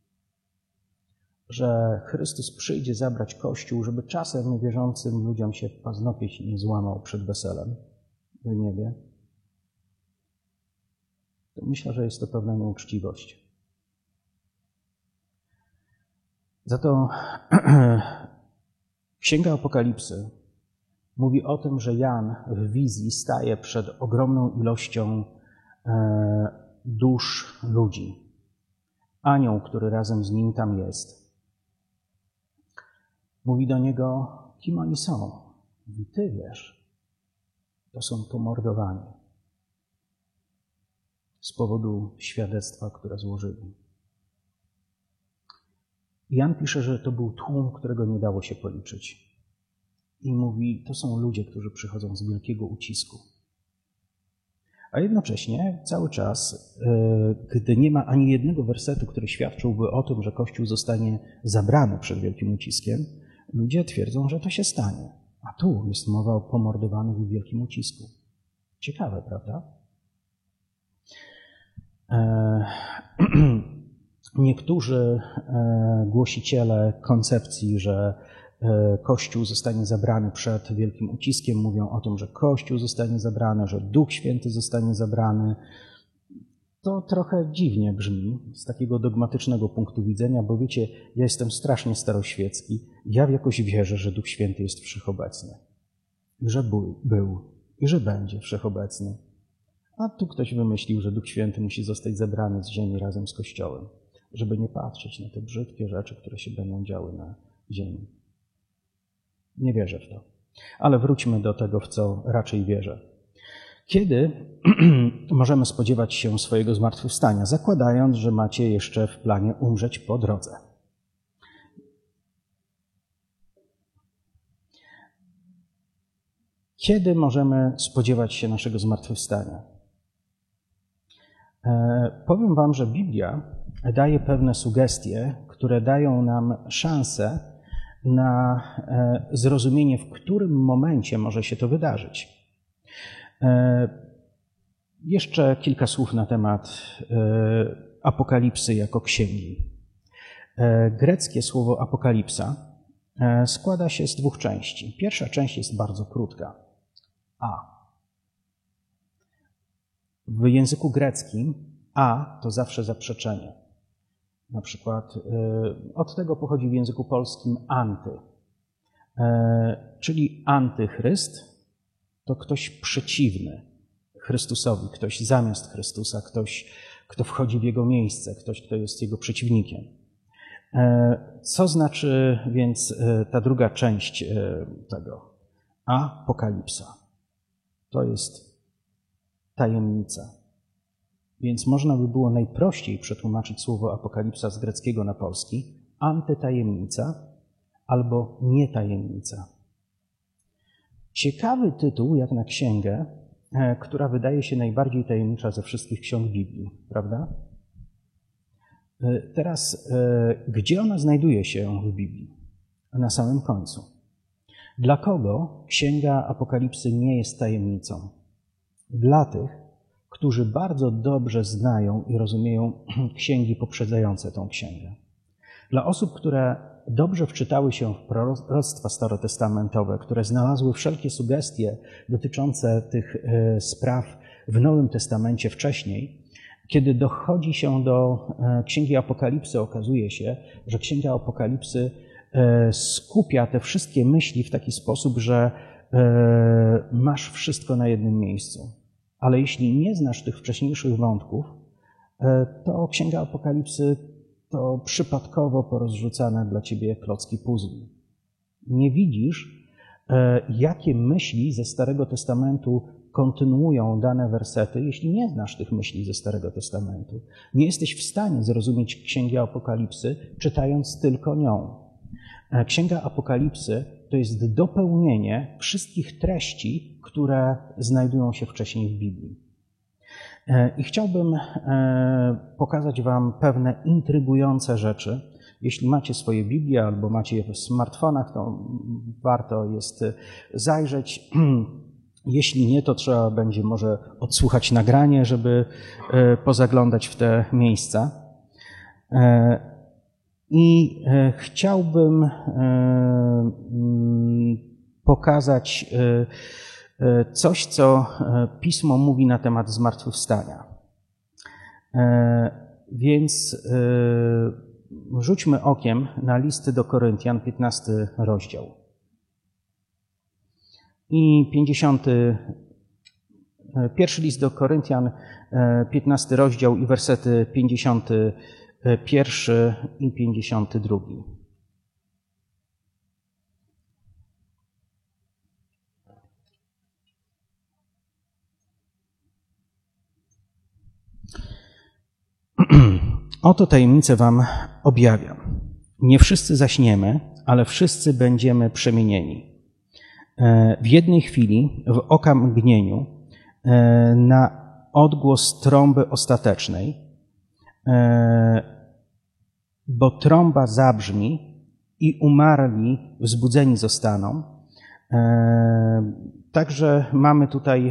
Speaker 1: że Chrystus przyjdzie zabrać Kościół, żeby czasem wierzącym ludziom się paznokieć nie złamał przed weselem w niebie, to myślę, że jest to pewna nieuczciwość. Za to Księga Apokalipsy mówi o tym, że Jan w wizji staje przed ogromną ilością dusz ludzi. Anioł, który razem z nim tam jest, mówi do niego, kim oni są. Mówi, ty wiesz, to są pomordowani z powodu świadectwa, które złożyli. Jan pisze, że to był tłum, którego nie dało się policzyć. I mówi, to są ludzie, którzy przychodzą z wielkiego ucisku. A jednocześnie cały czas, gdy nie ma ani jednego wersetu, który świadczyłby o tym, że Kościół zostanie zabrany przed wielkim uciskiem, ludzie twierdzą, że to się stanie. A tu jest mowa o pomordowanych w wielkim ucisku. Ciekawe, prawda? Niektórzy głosiciele koncepcji, że Kościół zostanie zabrany przed wielkim uciskiem, mówią o tym, że Kościół zostanie zabrany, że Duch Święty zostanie zabrany. To trochę dziwnie brzmi z takiego dogmatycznego punktu widzenia, bo wiecie, ja jestem strasznie staroświecki. Ja w jakoś wierzę, że Duch Święty jest wszechobecny. I że był i że będzie wszechobecny. A tu ktoś wymyślił, że Duch Święty musi zostać zabrany z ziemi razem z Kościołem, żeby nie patrzeć na te brzydkie rzeczy, które się będą działy na ziemi. Nie wierzę w to. Ale wróćmy do tego, w co raczej wierzę. Kiedy możemy spodziewać się swojego zmartwychwstania, zakładając, że macie jeszcze w planie umrzeć po drodze? Kiedy możemy spodziewać się naszego zmartwychwstania? Powiem wam, że Biblia daje pewne sugestie, które dają nam szansę na zrozumienie, w którym momencie może się to wydarzyć. Jeszcze kilka słów na temat Apokalipsy jako księgi. Greckie słowo apokalipsa składa się z dwóch części. Pierwsza część jest bardzo krótka. A. W języku greckim a to zawsze zaprzeczenie. Na przykład od tego pochodzi w języku polskim anty. Czyli antychryst to ktoś przeciwny Chrystusowi, ktoś zamiast Chrystusa, ktoś, kto wchodzi w jego miejsce, ktoś, kto jest jego przeciwnikiem. Co znaczy więc ta druga część tego? Apokalipsa. To jest tajemnica. Więc można by było najprościej przetłumaczyć słowo apokalipsa z greckiego na polski antytajemnica albo nietajemnica. Ciekawy tytuł jak na księgę, która wydaje się najbardziej tajemnicza ze wszystkich ksiąg Biblii, prawda? Teraz, gdzie ona znajduje się w Biblii? Na samym końcu. Dla kogo księga Apokalipsy nie jest tajemnicą? Dla tych, którzy bardzo dobrze znają i rozumieją księgi poprzedzające tą księgę. Dla osób, które dobrze wczytały się w proroctwa starotestamentowe, które znalazły wszelkie sugestie dotyczące tych spraw w Nowym Testamencie wcześniej, kiedy dochodzi się do Księgi Apokalipsy, okazuje się, że Księga Apokalipsy skupia te wszystkie myśli w taki sposób, że masz wszystko na jednym miejscu. Ale jeśli nie znasz tych wcześniejszych wątków, to Księga Apokalipsy to przypadkowo porozrzucane dla ciebie klocki puzli. Nie widzisz, jakie myśli ze Starego Testamentu kontynuują dane wersety, jeśli nie znasz tych myśli ze Starego Testamentu. Nie jesteś w stanie zrozumieć Księgi Apokalipsy, czytając tylko nią. Księga Apokalipsy to jest dopełnienie wszystkich treści, które znajdują się wcześniej w Biblii. I chciałbym pokazać wam pewne intrygujące rzeczy. Jeśli macie swoje Biblie albo macie je w smartfonach, to warto jest zajrzeć. Jeśli nie, to trzeba będzie może odsłuchać nagranie, żeby pozaglądać w te miejsca. I chciałbym pokazać coś, co Pismo mówi na temat zmartwychwstania. Więc rzućmy okiem na list do Koryntian, 15 rozdział. I 51 list do Koryntian, 15 rozdział i wersety 51 i 52. Oto tajemnicę wam objawiam. Nie wszyscy zaśniemy, ale wszyscy będziemy przemienieni. W jednej chwili, w okamgnieniu, na odgłos trąby ostatecznej, bo trąba zabrzmi i umarli wzbudzeni zostaną. Także mamy tutaj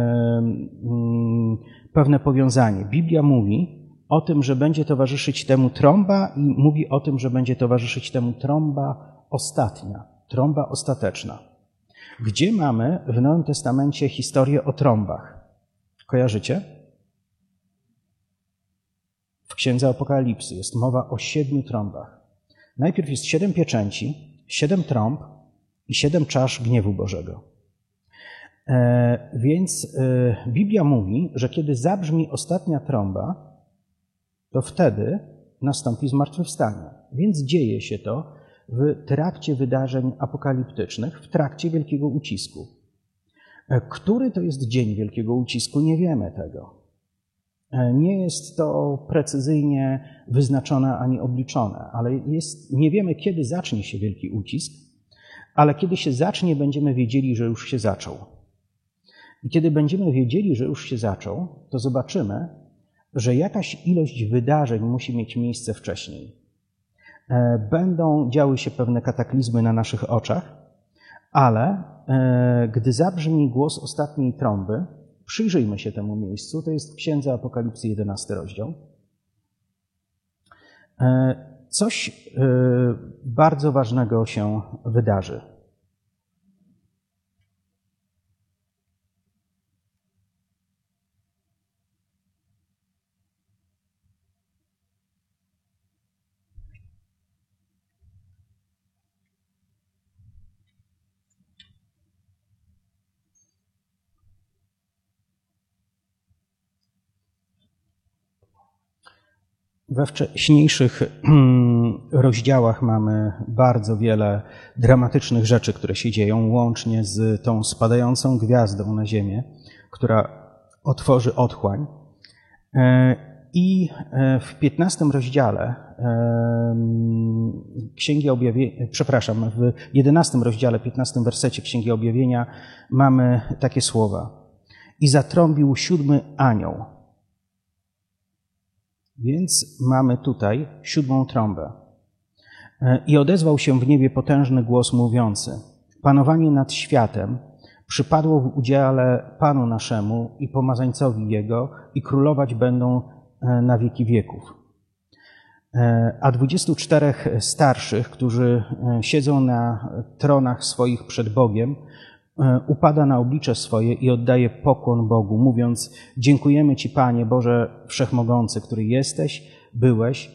Speaker 1: pewne powiązanie. Biblia mówi o tym, że będzie towarzyszyć temu trąba i mówi o tym, że będzie towarzyszyć temu trąba ostatnia, trąba ostateczna. Gdzie mamy w Nowym Testamencie historię o trąbach? Kojarzycie? W Księdze Apokalipsy jest mowa o 7 trąbach. Najpierw jest 7 pieczęci, 7 trąb i 7 czasz gniewu Bożego. Więc Biblia mówi, że kiedy zabrzmi ostatnia trąba, to wtedy nastąpi zmartwychwstanie. Więc dzieje się to w trakcie wydarzeń apokaliptycznych, w trakcie Wielkiego Ucisku. Który to jest dzień Wielkiego Ucisku? Nie wiemy tego. Nie jest to precyzyjnie wyznaczone ani obliczone, ale nie wiemy, kiedy zacznie się Wielki Ucisk, ale kiedy się zacznie, będziemy wiedzieli, że już się zaczął. I kiedy będziemy wiedzieli, że już się zaczął, to zobaczymy, że jakaś ilość wydarzeń musi mieć miejsce wcześniej. Będą działy się pewne kataklizmy na naszych oczach, ale gdy zabrzmi głos ostatniej trąby, przyjrzyjmy się temu miejscu, to jest w Księdze Apokalipsy 11 rozdział. Coś bardzo ważnego się wydarzy. We wcześniejszych rozdziałach mamy bardzo wiele dramatycznych rzeczy, które się dzieją, łącznie z tą spadającą gwiazdą na ziemię, która otworzy otchłań. I w 15 rozdziale Księgi Objawienia, w 11 rozdziale, 15 wersecie Księgi Objawienia mamy takie słowa. I zatrąbił 7 anioł. Więc mamy tutaj 7 trąbę. I odezwał się w niebie potężny głos mówiący: panowanie nad światem przypadło w udziale Panu naszemu i pomazańcowi Jego i królować będą na wieki wieków. A 24 starszych, którzy siedzą na tronach swoich przed Bogiem, upada na oblicze swoje i oddaje pokłon Bogu, mówiąc: dziękujemy Ci, Panie Boże Wszechmogący, który jesteś, byłeś,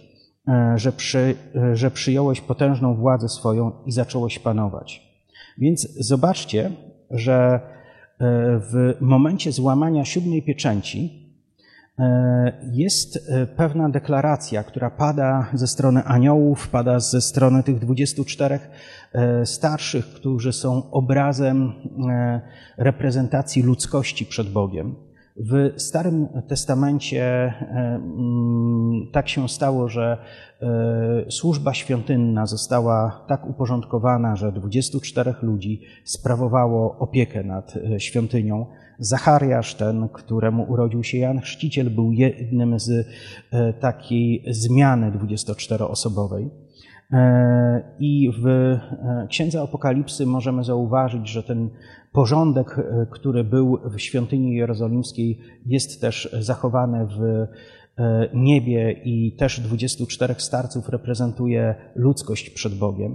Speaker 1: że przyjąłeś potężną władzę swoją i zacząłeś panować. Więc zobaczcie, że w momencie złamania 7 pieczęci jest pewna deklaracja, która pada ze strony aniołów, pada ze strony tych 24 starszych, którzy są obrazem reprezentacji ludzkości przed Bogiem. W Starym Testamencie tak się stało, że służba świątynna została tak uporządkowana, że 24 ludzi sprawowało opiekę nad świątynią. Zachariasz, ten, któremu urodził się Jan Chrzciciel, był jednym z takiej zmiany 24-osobowej. I w Księdze Apokalipsy możemy zauważyć, że ten porządek, który był w świątyni jerozolimskiej, jest też zachowany w niebie i też 24 starców reprezentuje ludzkość przed Bogiem.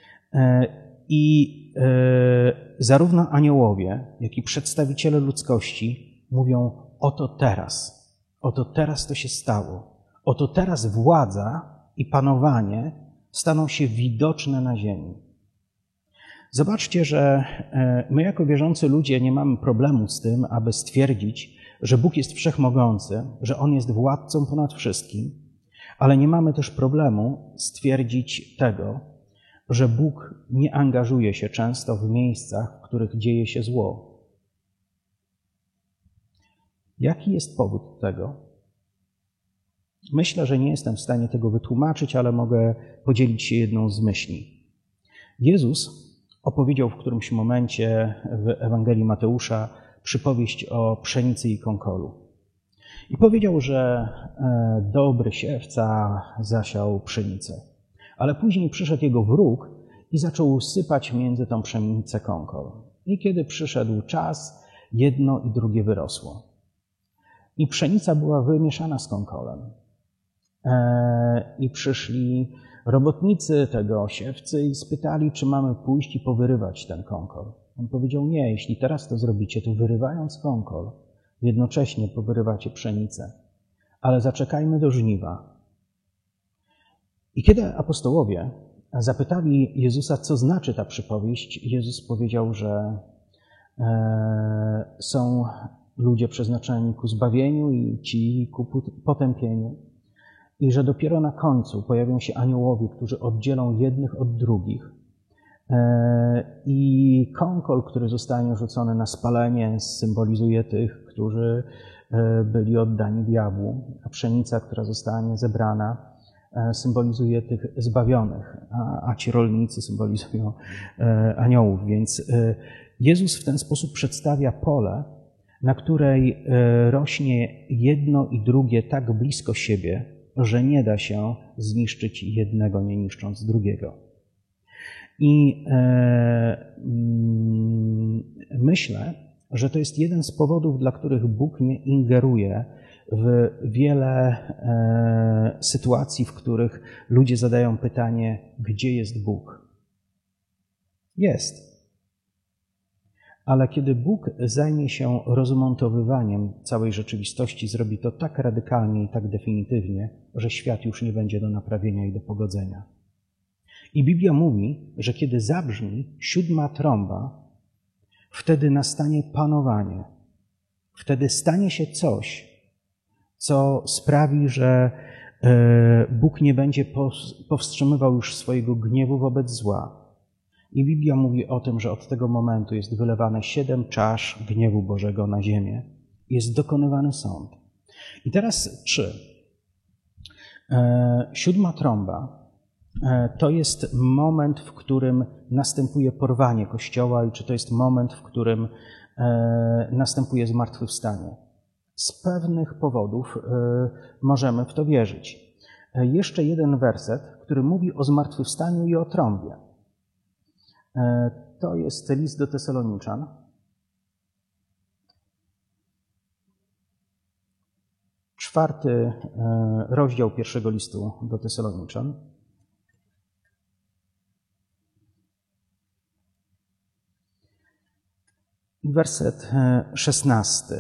Speaker 1: I zarówno aniołowie, jak i przedstawiciele ludzkości mówią: oto teraz to się stało, oto teraz władza i panowanie staną się widoczne na ziemi. Zobaczcie, że my jako wierzący ludzie nie mamy problemu z tym, aby stwierdzić, że Bóg jest wszechmogący, że On jest władcą ponad wszystkim, ale nie mamy też problemu stwierdzić tego, że Bóg nie angażuje się często w miejscach, w których dzieje się zło. Jaki jest powód tego? Myślę, że nie jestem w stanie tego wytłumaczyć, ale mogę podzielić się jedną z myśli. Jezus opowiedział w którymś momencie w Ewangelii Mateusza przypowieść o pszenicy i konkolu. I powiedział, że dobry siewca zasiał pszenicę. Ale później przyszedł jego wróg i zaczął sypać między tą pszenicę konkol. I kiedy przyszedł czas, jedno i drugie wyrosło. I pszenica była wymieszana z konkolem. I przyszli robotnicy tego siewcy i spytali, czy mamy pójść i powyrywać ten konkol. On powiedział, nie, jeśli teraz to zrobicie, to wyrywając konkol, jednocześnie powyrywacie pszenicę. Ale zaczekajmy do żniwa. I kiedy apostołowie zapytali Jezusa, co znaczy ta przypowieść, Jezus powiedział, że są ludzie przeznaczeni ku zbawieniu i ci ku potępieniu. I że dopiero na końcu pojawią się aniołowie, którzy oddzielą jednych od drugich. I konkol, który zostanie rzucony na spalenie, symbolizuje tych, którzy byli oddani diabłu, a pszenica, która zostanie zebrana, symbolizuje tych zbawionych, a ci rolnicy symbolizują aniołów. Więc Jezus w ten sposób przedstawia pole, na której rośnie jedno i drugie tak blisko siebie, że nie da się zniszczyć jednego, nie niszcząc drugiego. I myślę, że to jest jeden z powodów, dla których Bóg nie ingeruje w wiele sytuacji, w których ludzie zadają pytanie, gdzie jest Bóg? Jest. Ale kiedy Bóg zajmie się rozmontowywaniem całej rzeczywistości, zrobi to tak radykalnie i tak definitywnie, że świat już nie będzie do naprawienia i do pogodzenia. I Biblia mówi, że kiedy zabrzmi 7. trąba, wtedy nastanie panowanie. Wtedy stanie się coś, co sprawi, że Bóg nie będzie powstrzymywał już swojego gniewu wobec zła. I Biblia mówi o tym, że od tego momentu jest wylewane 7 czasz gniewu Bożego na ziemię. Jest dokonywany sąd. I teraz 7. trąba to jest moment, w którym następuje porwanie Kościoła i czy to jest moment, w którym następuje zmartwychwstanie. Z pewnych powodów możemy w to wierzyć. Jeszcze jeden werset, który mówi o zmartwychwstaniu i o trąbie. To jest list do Tesaloniczan. Czwarty rozdział pierwszego listu do Tesaloniczan. I werset 16.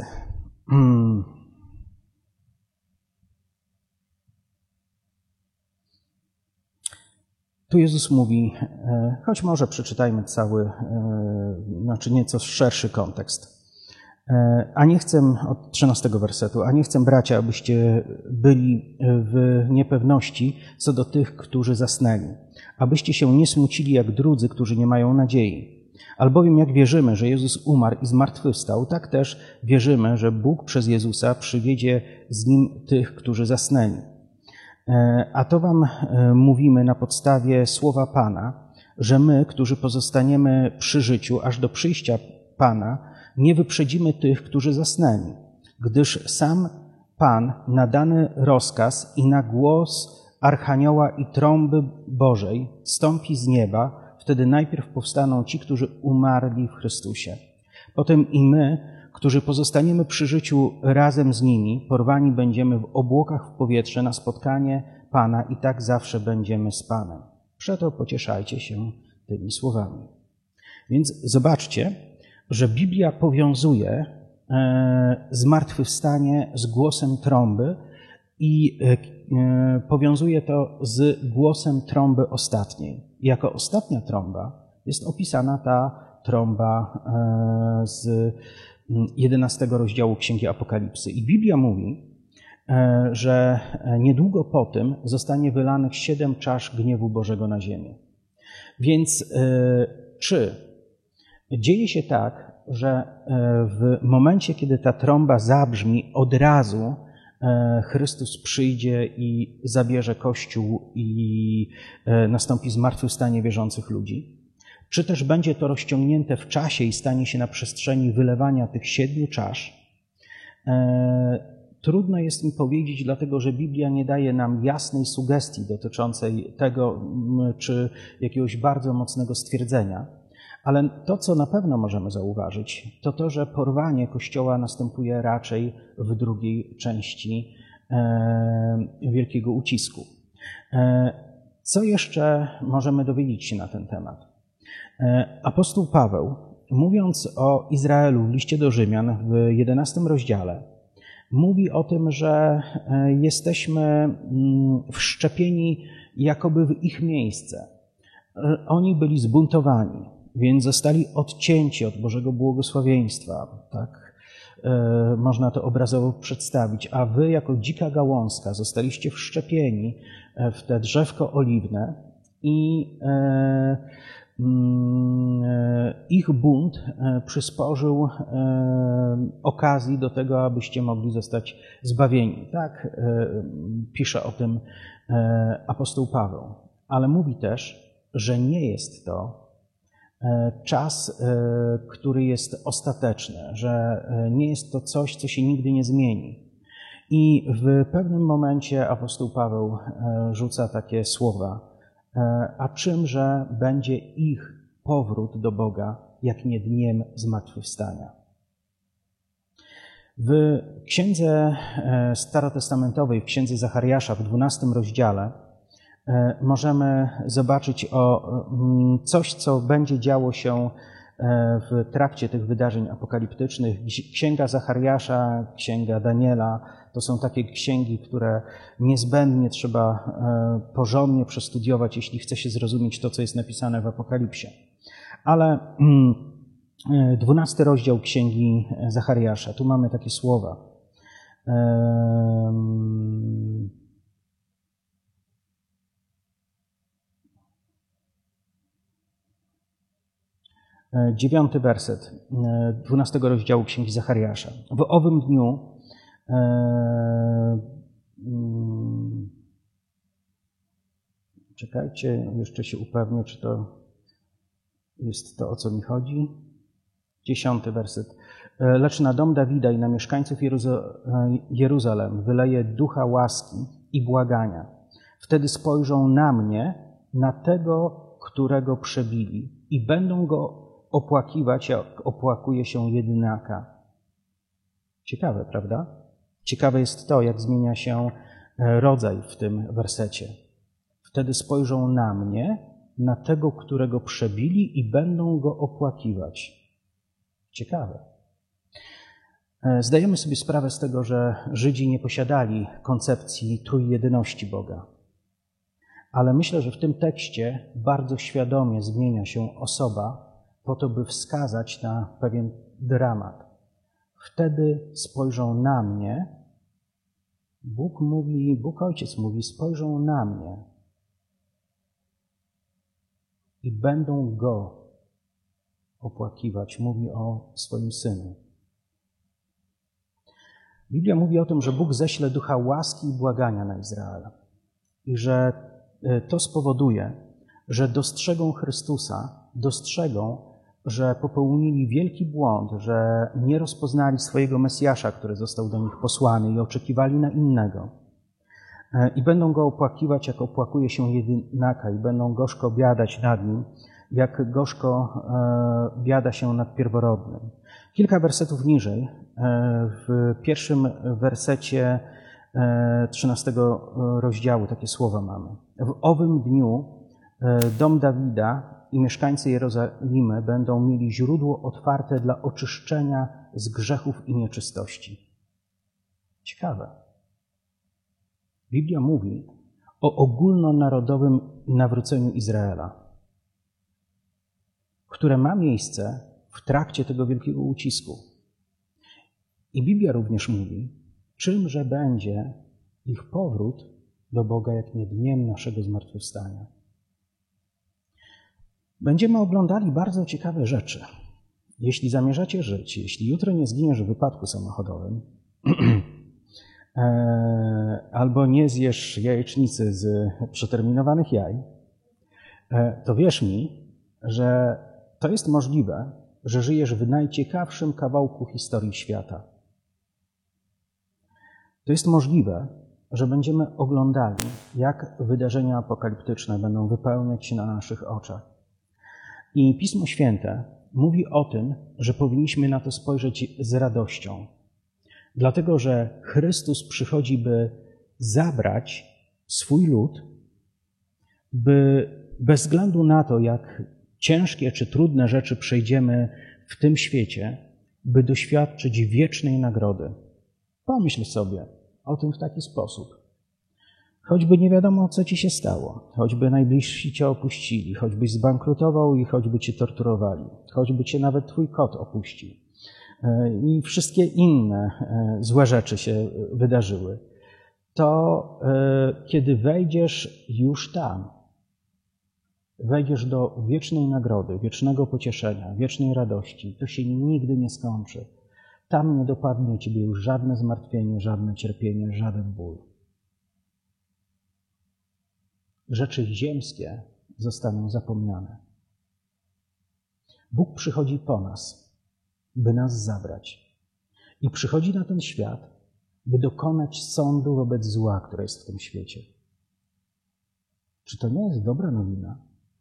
Speaker 1: Tu Jezus mówi, choć może przeczytajmy cały, nieco szerszy kontekst. A nie chcę, od 13 wersetu, a nie chcę, bracia, abyście byli w niepewności co do tych, którzy zasnęli. Abyście się nie smucili jak drudzy, którzy nie mają nadziei. Albowiem jak wierzymy, że Jezus umarł i zmartwychwstał, tak też wierzymy, że Bóg przez Jezusa przywiedzie z Nim tych, którzy zasnęli. A to wam mówimy na podstawie słowa Pana, że my, którzy pozostaniemy przy życiu aż do przyjścia Pana, nie wyprzedzimy tych, którzy zasnęli, gdyż sam Pan na dany rozkaz i na głos Archanioła i trąby Bożej stąpi z nieba, wtedy najpierw powstaną ci, którzy umarli w Chrystusie. Potem i my, którzy pozostaniemy przy życiu razem z nimi, porwani będziemy w obłokach w powietrze na spotkanie Pana i tak zawsze będziemy z Panem. Przeto pocieszajcie się tymi słowami. Więc zobaczcie, że Biblia powiązuje zmartwychwstanie z głosem trąby i powiązuje to z głosem trąby ostatniej. Jako ostatnia trąba jest opisana ta trąba z 11 rozdziału Księgi Apokalipsy. I Biblia mówi, że niedługo po tym zostanie wylanych 7 czasz gniewu Bożego na ziemię. Więc czy dzieje się tak, że w momencie, kiedy ta trąba zabrzmi, od razu Chrystus przyjdzie i zabierze Kościół i nastąpi zmartwychwstanie wierzących ludzi? Czy też będzie to rozciągnięte w czasie i stanie się na przestrzeni wylewania tych 7 czasz? Trudno jest mi powiedzieć, dlatego że Biblia nie daje nam jasnej sugestii dotyczącej tego, czy jakiegoś bardzo mocnego stwierdzenia. Ale to, co na pewno możemy zauważyć, to to, że porwanie Kościoła następuje raczej w drugiej części Wielkiego Ucisku. Co jeszcze możemy dowiedzieć się na ten temat? Apostoł Paweł, mówiąc o Izraelu w liście do Rzymian w 11 rozdziale, mówi o tym, że jesteśmy wszczepieni jakoby w ich miejsce. Oni byli zbuntowani, więc zostali odcięci od Bożego błogosławieństwa. Tak można to obrazowo przedstawić. A wy jako dzika gałązka zostaliście wszczepieni w te drzewko oliwne i ich bunt przysporzył okazji do tego, abyście mogli zostać zbawieni. Tak pisze o tym apostoł Paweł. Ale mówi też, że nie jest to czas, który jest ostateczny, że nie jest to coś, co się nigdy nie zmieni. I w pewnym momencie apostoł Paweł rzuca takie słowa: a czymże będzie ich powrót do Boga, jak nie dniem zmartwychwstania? W księdze starotestamentowej, w księdze Zachariasza w 12 rozdziale możemy zobaczyć coś, co będzie działo się w trakcie tych wydarzeń apokaliptycznych. Księga Zachariasza, księga Daniela to są takie księgi, które niezbędnie trzeba porządnie przestudiować, jeśli chce się zrozumieć to, co jest napisane w Apokalipsie. Ale 12 rozdział księgi Zachariasza, tu mamy takie słowa. 9 werset 12 rozdziału Księgi Zachariasza. W owym dniu czekajcie, jeszcze się upewnię, czy to jest to, o co mi chodzi. 10 werset. Lecz na dom Dawida i na mieszkańców Jeruzalem wyleje ducha łaski i błagania. Wtedy spojrzą na mnie, na tego, którego przebili, i będą go opłakiwać, jak opłakuje się jedynaka. Ciekawe, prawda? Ciekawe jest to, jak zmienia się rodzaj w tym wersecie. Wtedy spojrzą na mnie, na tego, którego przebili, i będą go opłakiwać. Ciekawe. Zdajemy sobie sprawę z tego, że Żydzi nie posiadali koncepcji trójjedyności Boga. Ale myślę, że w tym tekście bardzo świadomie zmienia się osoba po to, by wskazać na pewien dramat. Wtedy spojrzą na mnie, Bóg Ojciec mówi, spojrzą na mnie i będą go opłakiwać. Mówi o swoim Synu. Biblia mówi o tym, że Bóg ześle ducha łaski i błagania na Izrael i że to spowoduje, że dostrzegą Chrystusa, dostrzegą, że popełnili wielki błąd, że nie rozpoznali swojego Mesjasza, który został do nich posłany, i oczekiwali na innego. I będą go opłakiwać, jak opłakuje się jedynaka, i będą gorzko biadać nad nim, jak gorzko biada się nad pierworodnym. Kilka wersetów niżej, w pierwszym wersecie 13 rozdziału takie słowa mamy. W owym dniu dom Dawida i mieszkańcy Jerozolimy będą mieli źródło otwarte dla oczyszczenia z grzechów i nieczystości. Ciekawe. Biblia mówi o ogólnonarodowym nawróceniu Izraela, które ma miejsce w trakcie tego wielkiego ucisku. I Biblia również mówi, czymże będzie ich powrót do Boga, jak nie dniem naszego zmartwychwstania. Będziemy oglądali bardzo ciekawe rzeczy. Jeśli zamierzacie żyć, jeśli jutro nie zginiesz w wypadku samochodowym, albo nie zjesz jajecznicy z przeterminowanych jaj, to wierz mi, że to jest możliwe, że żyjesz w najciekawszym kawałku historii świata. To jest możliwe, że będziemy oglądali, jak wydarzenia apokaliptyczne będą wypełniać się na naszych oczach. I Pismo Święte mówi o tym, że powinniśmy na to spojrzeć z radością. Dlatego, że Chrystus przychodzi, by zabrać swój lud, by bez względu na to, jak ciężkie czy trudne rzeczy przejdziemy w tym świecie, by doświadczyć wiecznej nagrody. Pomyśl sobie o tym w taki sposób. Choćby nie wiadomo, co ci się stało, choćby najbliżsi cię opuścili, choćbyś zbankrutował i choćby cię torturowali, choćby cię nawet twój kot opuścił i wszystkie inne złe rzeczy się wydarzyły, to kiedy wejdziesz już tam, wejdziesz do wiecznej nagrody, wiecznego pocieszenia, wiecznej radości, to się nigdy nie skończy. Tam nie dopadnie ciebie już żadne zmartwienie, żadne cierpienie, żaden ból. Rzeczy ziemskie zostaną zapomniane. Bóg przychodzi po nas, by nas zabrać. I przychodzi na ten świat, by dokonać sądu wobec zła, które jest w tym świecie. Czy to nie jest dobra nowina?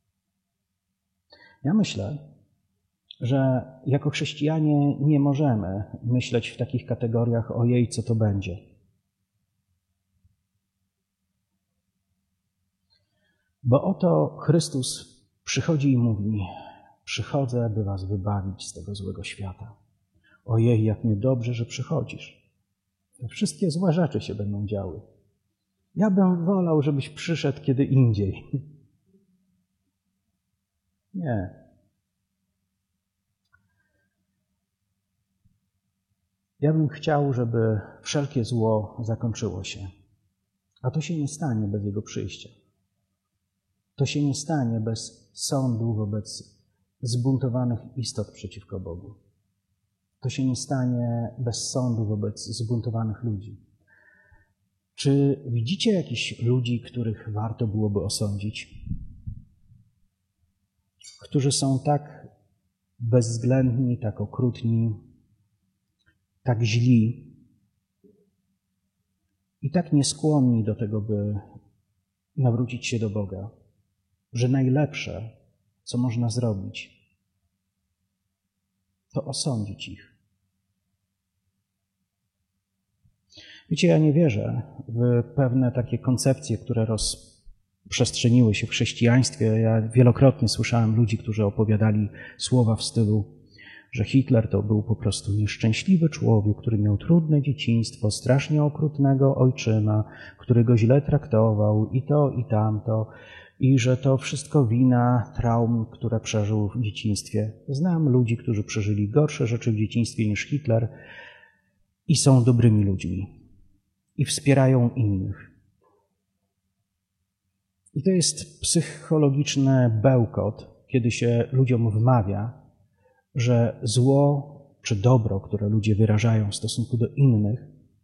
Speaker 1: Ja myślę, że jako chrześcijanie nie możemy myśleć w takich kategoriach, ojej, co to będzie. Bo oto Chrystus przychodzi i mówi, przychodzę, by was wybawić z tego złego świata. Ojej, jak niedobrze, że przychodzisz. Wszystkie złe rzeczy się będą działy. Ja bym wolał, żebyś przyszedł kiedy indziej. Nie. Ja bym chciał, żeby wszelkie zło zakończyło się. A to się nie stanie bez Jego przyjścia. To się nie stanie bez sądu wobec zbuntowanych istot przeciwko Bogu. To się nie stanie bez sądu wobec zbuntowanych ludzi. Czy widzicie jakichś ludzi, których warto byłoby osądzić? Którzy są tak bezwzględni, tak okrutni, tak źli i tak nieskłonni do tego, by nawrócić się do Boga, że najlepsze, co można zrobić, to osądzić ich. Wiecie, ja nie wierzę w pewne takie koncepcje, które rozprzestrzeniły się w chrześcijaństwie. Ja wielokrotnie słyszałem ludzi, którzy opowiadali słowa w stylu, że Hitler to był po prostu nieszczęśliwy człowiek, który miał trudne dzieciństwo, strasznie okrutnego ojczyma, który go źle traktował i to, i tamto, i że to wszystko wina traum, które przeżył w dzieciństwie. Znam ludzi, którzy przeżyli gorsze rzeczy w dzieciństwie niż Hitler i są dobrymi ludźmi i wspierają innych. I to jest psychologiczny bełkot, kiedy się ludziom wmawia, że zło czy dobro, które ludzie wyrażają w stosunku do innych,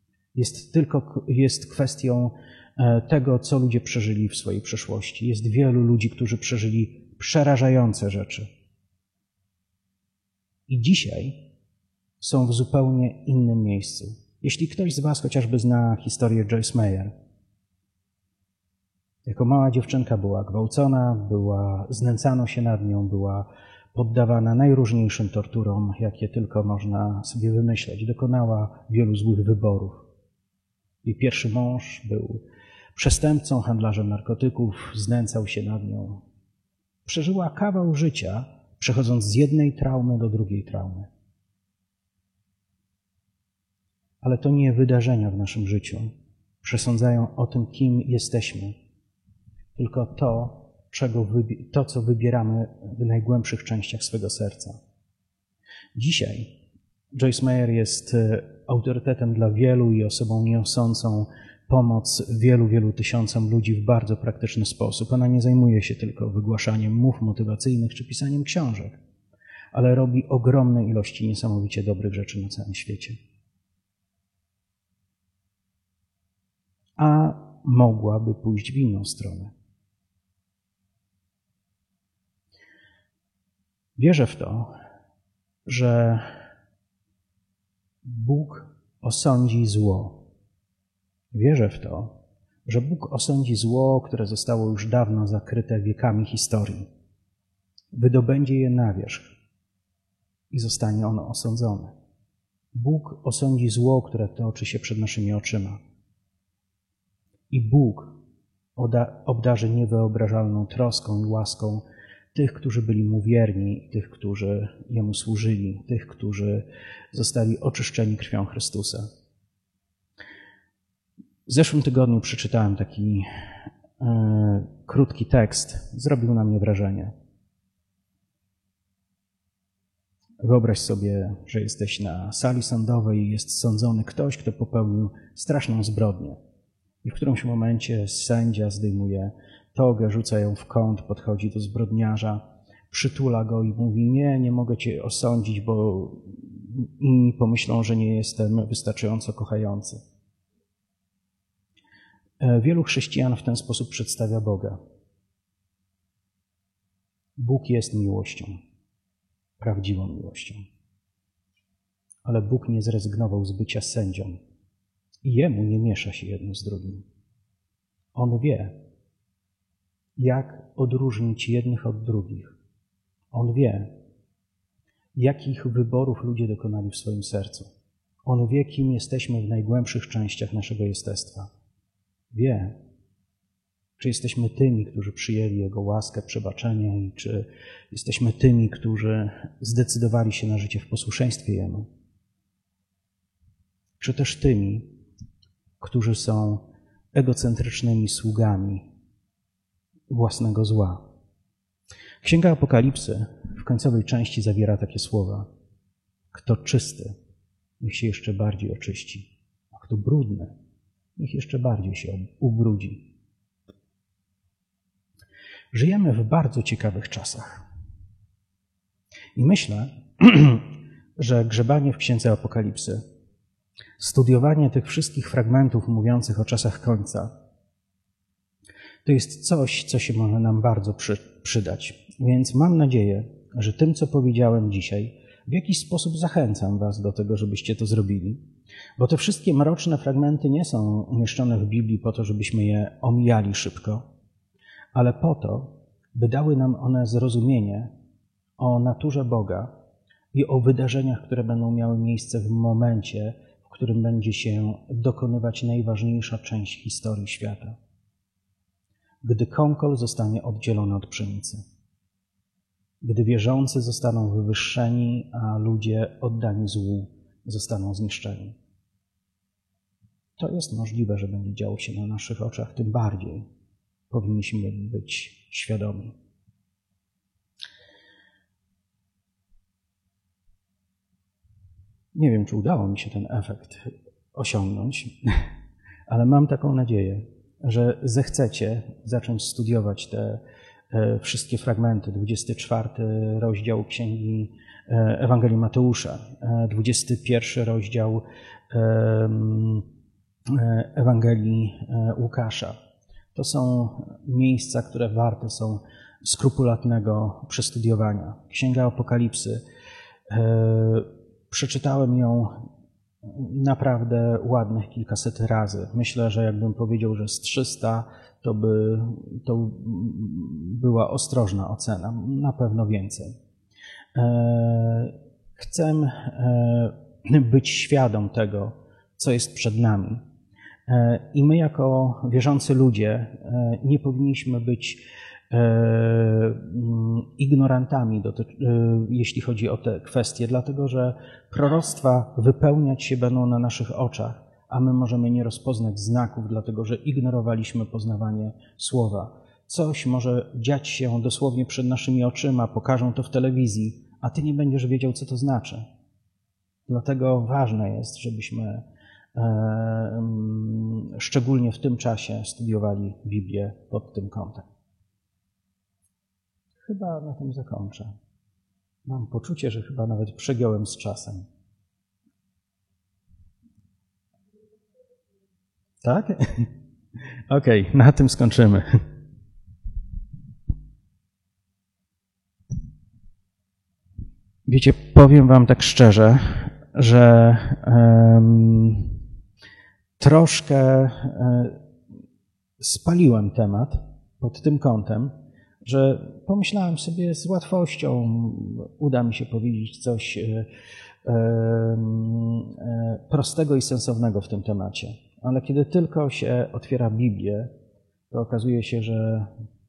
Speaker 1: jest kwestią tego, co ludzie przeżyli w swojej przeszłości. Jest wielu ludzi, którzy przeżyli przerażające rzeczy. I dzisiaj są w zupełnie innym miejscu. Jeśli ktoś z was chociażby zna historię Joyce Meyer, jako mała dziewczynka była gwałcona, znęcano się nad nią, była poddawana najróżniejszym torturom, jakie tylko można sobie wymyśleć. Dokonała wielu złych wyborów. Jej pierwszy mąż był przestępcą, handlarzem narkotyków, znęcał się nad nią. Przeżyła kawał życia, przechodząc z jednej traumy do drugiej traumy. Ale to nie wydarzenia w naszym życiu przesądzają o tym, kim jesteśmy, tylko to, co wybieramy w najgłębszych częściach swego serca. Dzisiaj Joyce Meyer jest autorytetem dla wielu i osobą niosącą pomoc wielu tysiącom ludzi w bardzo praktyczny sposób. Ona nie zajmuje się tylko wygłaszaniem mów motywacyjnych czy pisaniem książek, ale robi ogromne ilości niesamowicie dobrych rzeczy na całym świecie. A mogłaby pójść w inną stronę. Wierzę w to, że Bóg osądzi zło. Wierzę w to, że Bóg osądzi zło, które zostało już dawno zakryte wiekami historii. Wydobędzie je na wierzch i zostanie ono osądzone. Bóg osądzi zło, które toczy się przed naszymi oczyma. I Bóg obdarzy niewyobrażalną troską i łaską tych, którzy byli Mu wierni, tych, którzy Jemu służyli, tych, którzy zostali oczyszczeni krwią Chrystusa. W zeszłym tygodniu przeczytałem taki krótki tekst. Zrobił na mnie wrażenie. Wyobraź sobie, że jesteś na sali sądowej i jest sądzony ktoś, kto popełnił straszną zbrodnię. I w którymś momencie sędzia zdejmuje togę, rzuca ją w kąt, podchodzi do zbrodniarza, przytula go i mówi: nie mogę cię osądzić, bo inni pomyślą, że nie jestem wystarczająco kochający. Wielu chrześcijan w ten sposób przedstawia Boga. Bóg jest miłością, prawdziwą miłością. Ale Bóg nie zrezygnował z bycia sędzią i Jemu nie miesza się jedno z drugim. On wie, jak odróżnić jednych od drugich. On wie, jakich wyborów ludzie dokonali w swoim sercu. On wie, kim jesteśmy w najgłębszych częściach naszego jestestwa. Wie, czy jesteśmy tymi, którzy przyjęli Jego łaskę, przebaczenie i czy jesteśmy tymi, którzy zdecydowali się na życie w posłuszeństwie Jemu. Czy też tymi, którzy są egocentrycznymi sługami własnego zła. Księga Apokalipsy w końcowej części zawiera takie słowa: kto czysty, niech się jeszcze bardziej oczyści, a kto brudny, niech jeszcze bardziej się ubrudzi. Żyjemy w bardzo ciekawych czasach. I myślę, że grzebanie w Księdze Apokalipsy, studiowanie tych wszystkich fragmentów mówiących o czasach końca, to jest coś, co się może nam bardzo przydać. Więc mam nadzieję, że tym, co powiedziałem dzisiaj, w jakiś sposób zachęcam was do tego, żebyście to zrobili. Bo te wszystkie mroczne fragmenty nie są umieszczone w Biblii po to, żebyśmy je omijali szybko, ale po to, by dały nam one zrozumienie o naturze Boga i o wydarzeniach, które będą miały miejsce w momencie, w którym będzie się dokonywać najważniejsza część historii świata. Gdy kąkol zostanie oddzielony od pszenicy. Gdy wierzący zostaną wywyższeni, a ludzie oddani złu zostaną zniszczeni. To jest możliwe, że będzie działo się na naszych oczach, tym bardziej powinniśmy być świadomi. Nie wiem, czy udało mi się ten efekt osiągnąć, ale mam taką nadzieję, że zechcecie zacząć studiować te wszystkie fragmenty. 24 rozdział Księgi Ewangelii Mateusza, 21 rozdział Ewangelii Łukasza. To są miejsca, które warte są skrupulatnego przestudiowania. Księga Apokalipsy. Przeczytałem ją naprawdę ładnych kilkaset razy. Myślę, że jakbym powiedział, że z 300, to była ostrożna ocena. Na pewno więcej. Chcę być świadom tego, co jest przed nami. I my jako wierzący ludzie nie powinniśmy być ignorantami, jeśli chodzi o te kwestie, dlatego że proroctwa wypełniać się będą na naszych oczach, a my możemy nie rozpoznać znaków, dlatego że ignorowaliśmy poznawanie słowa. Coś może dziać się dosłownie przed naszymi oczyma, pokażą to w telewizji, a ty nie będziesz wiedział, co to znaczy. Dlatego ważne jest, żebyśmy szczególnie w tym czasie studiowali Biblię pod tym kątem. Chyba na tym zakończę. Mam poczucie, że chyba nawet przegiąłem z czasem. Tak? Okej, na tym skończymy. Wiecie, powiem wam tak szczerze, że troszkę spaliłem temat pod tym kątem, że pomyślałem sobie, z łatwością uda mi się powiedzieć coś prostego i sensownego w tym temacie. Ale kiedy tylko się otwiera Biblię, to okazuje się, że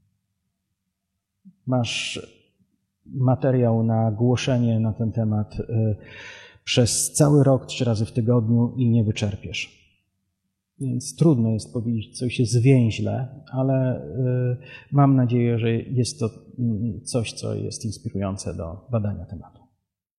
Speaker 1: masz materiał na głoszenie na ten temat przez cały rok, 3 razy w tygodniu i nie wyczerpiesz. Więc trudno jest powiedzieć coś zwięźle, ale mam nadzieję, że jest to coś, co jest inspirujące do badania tematu.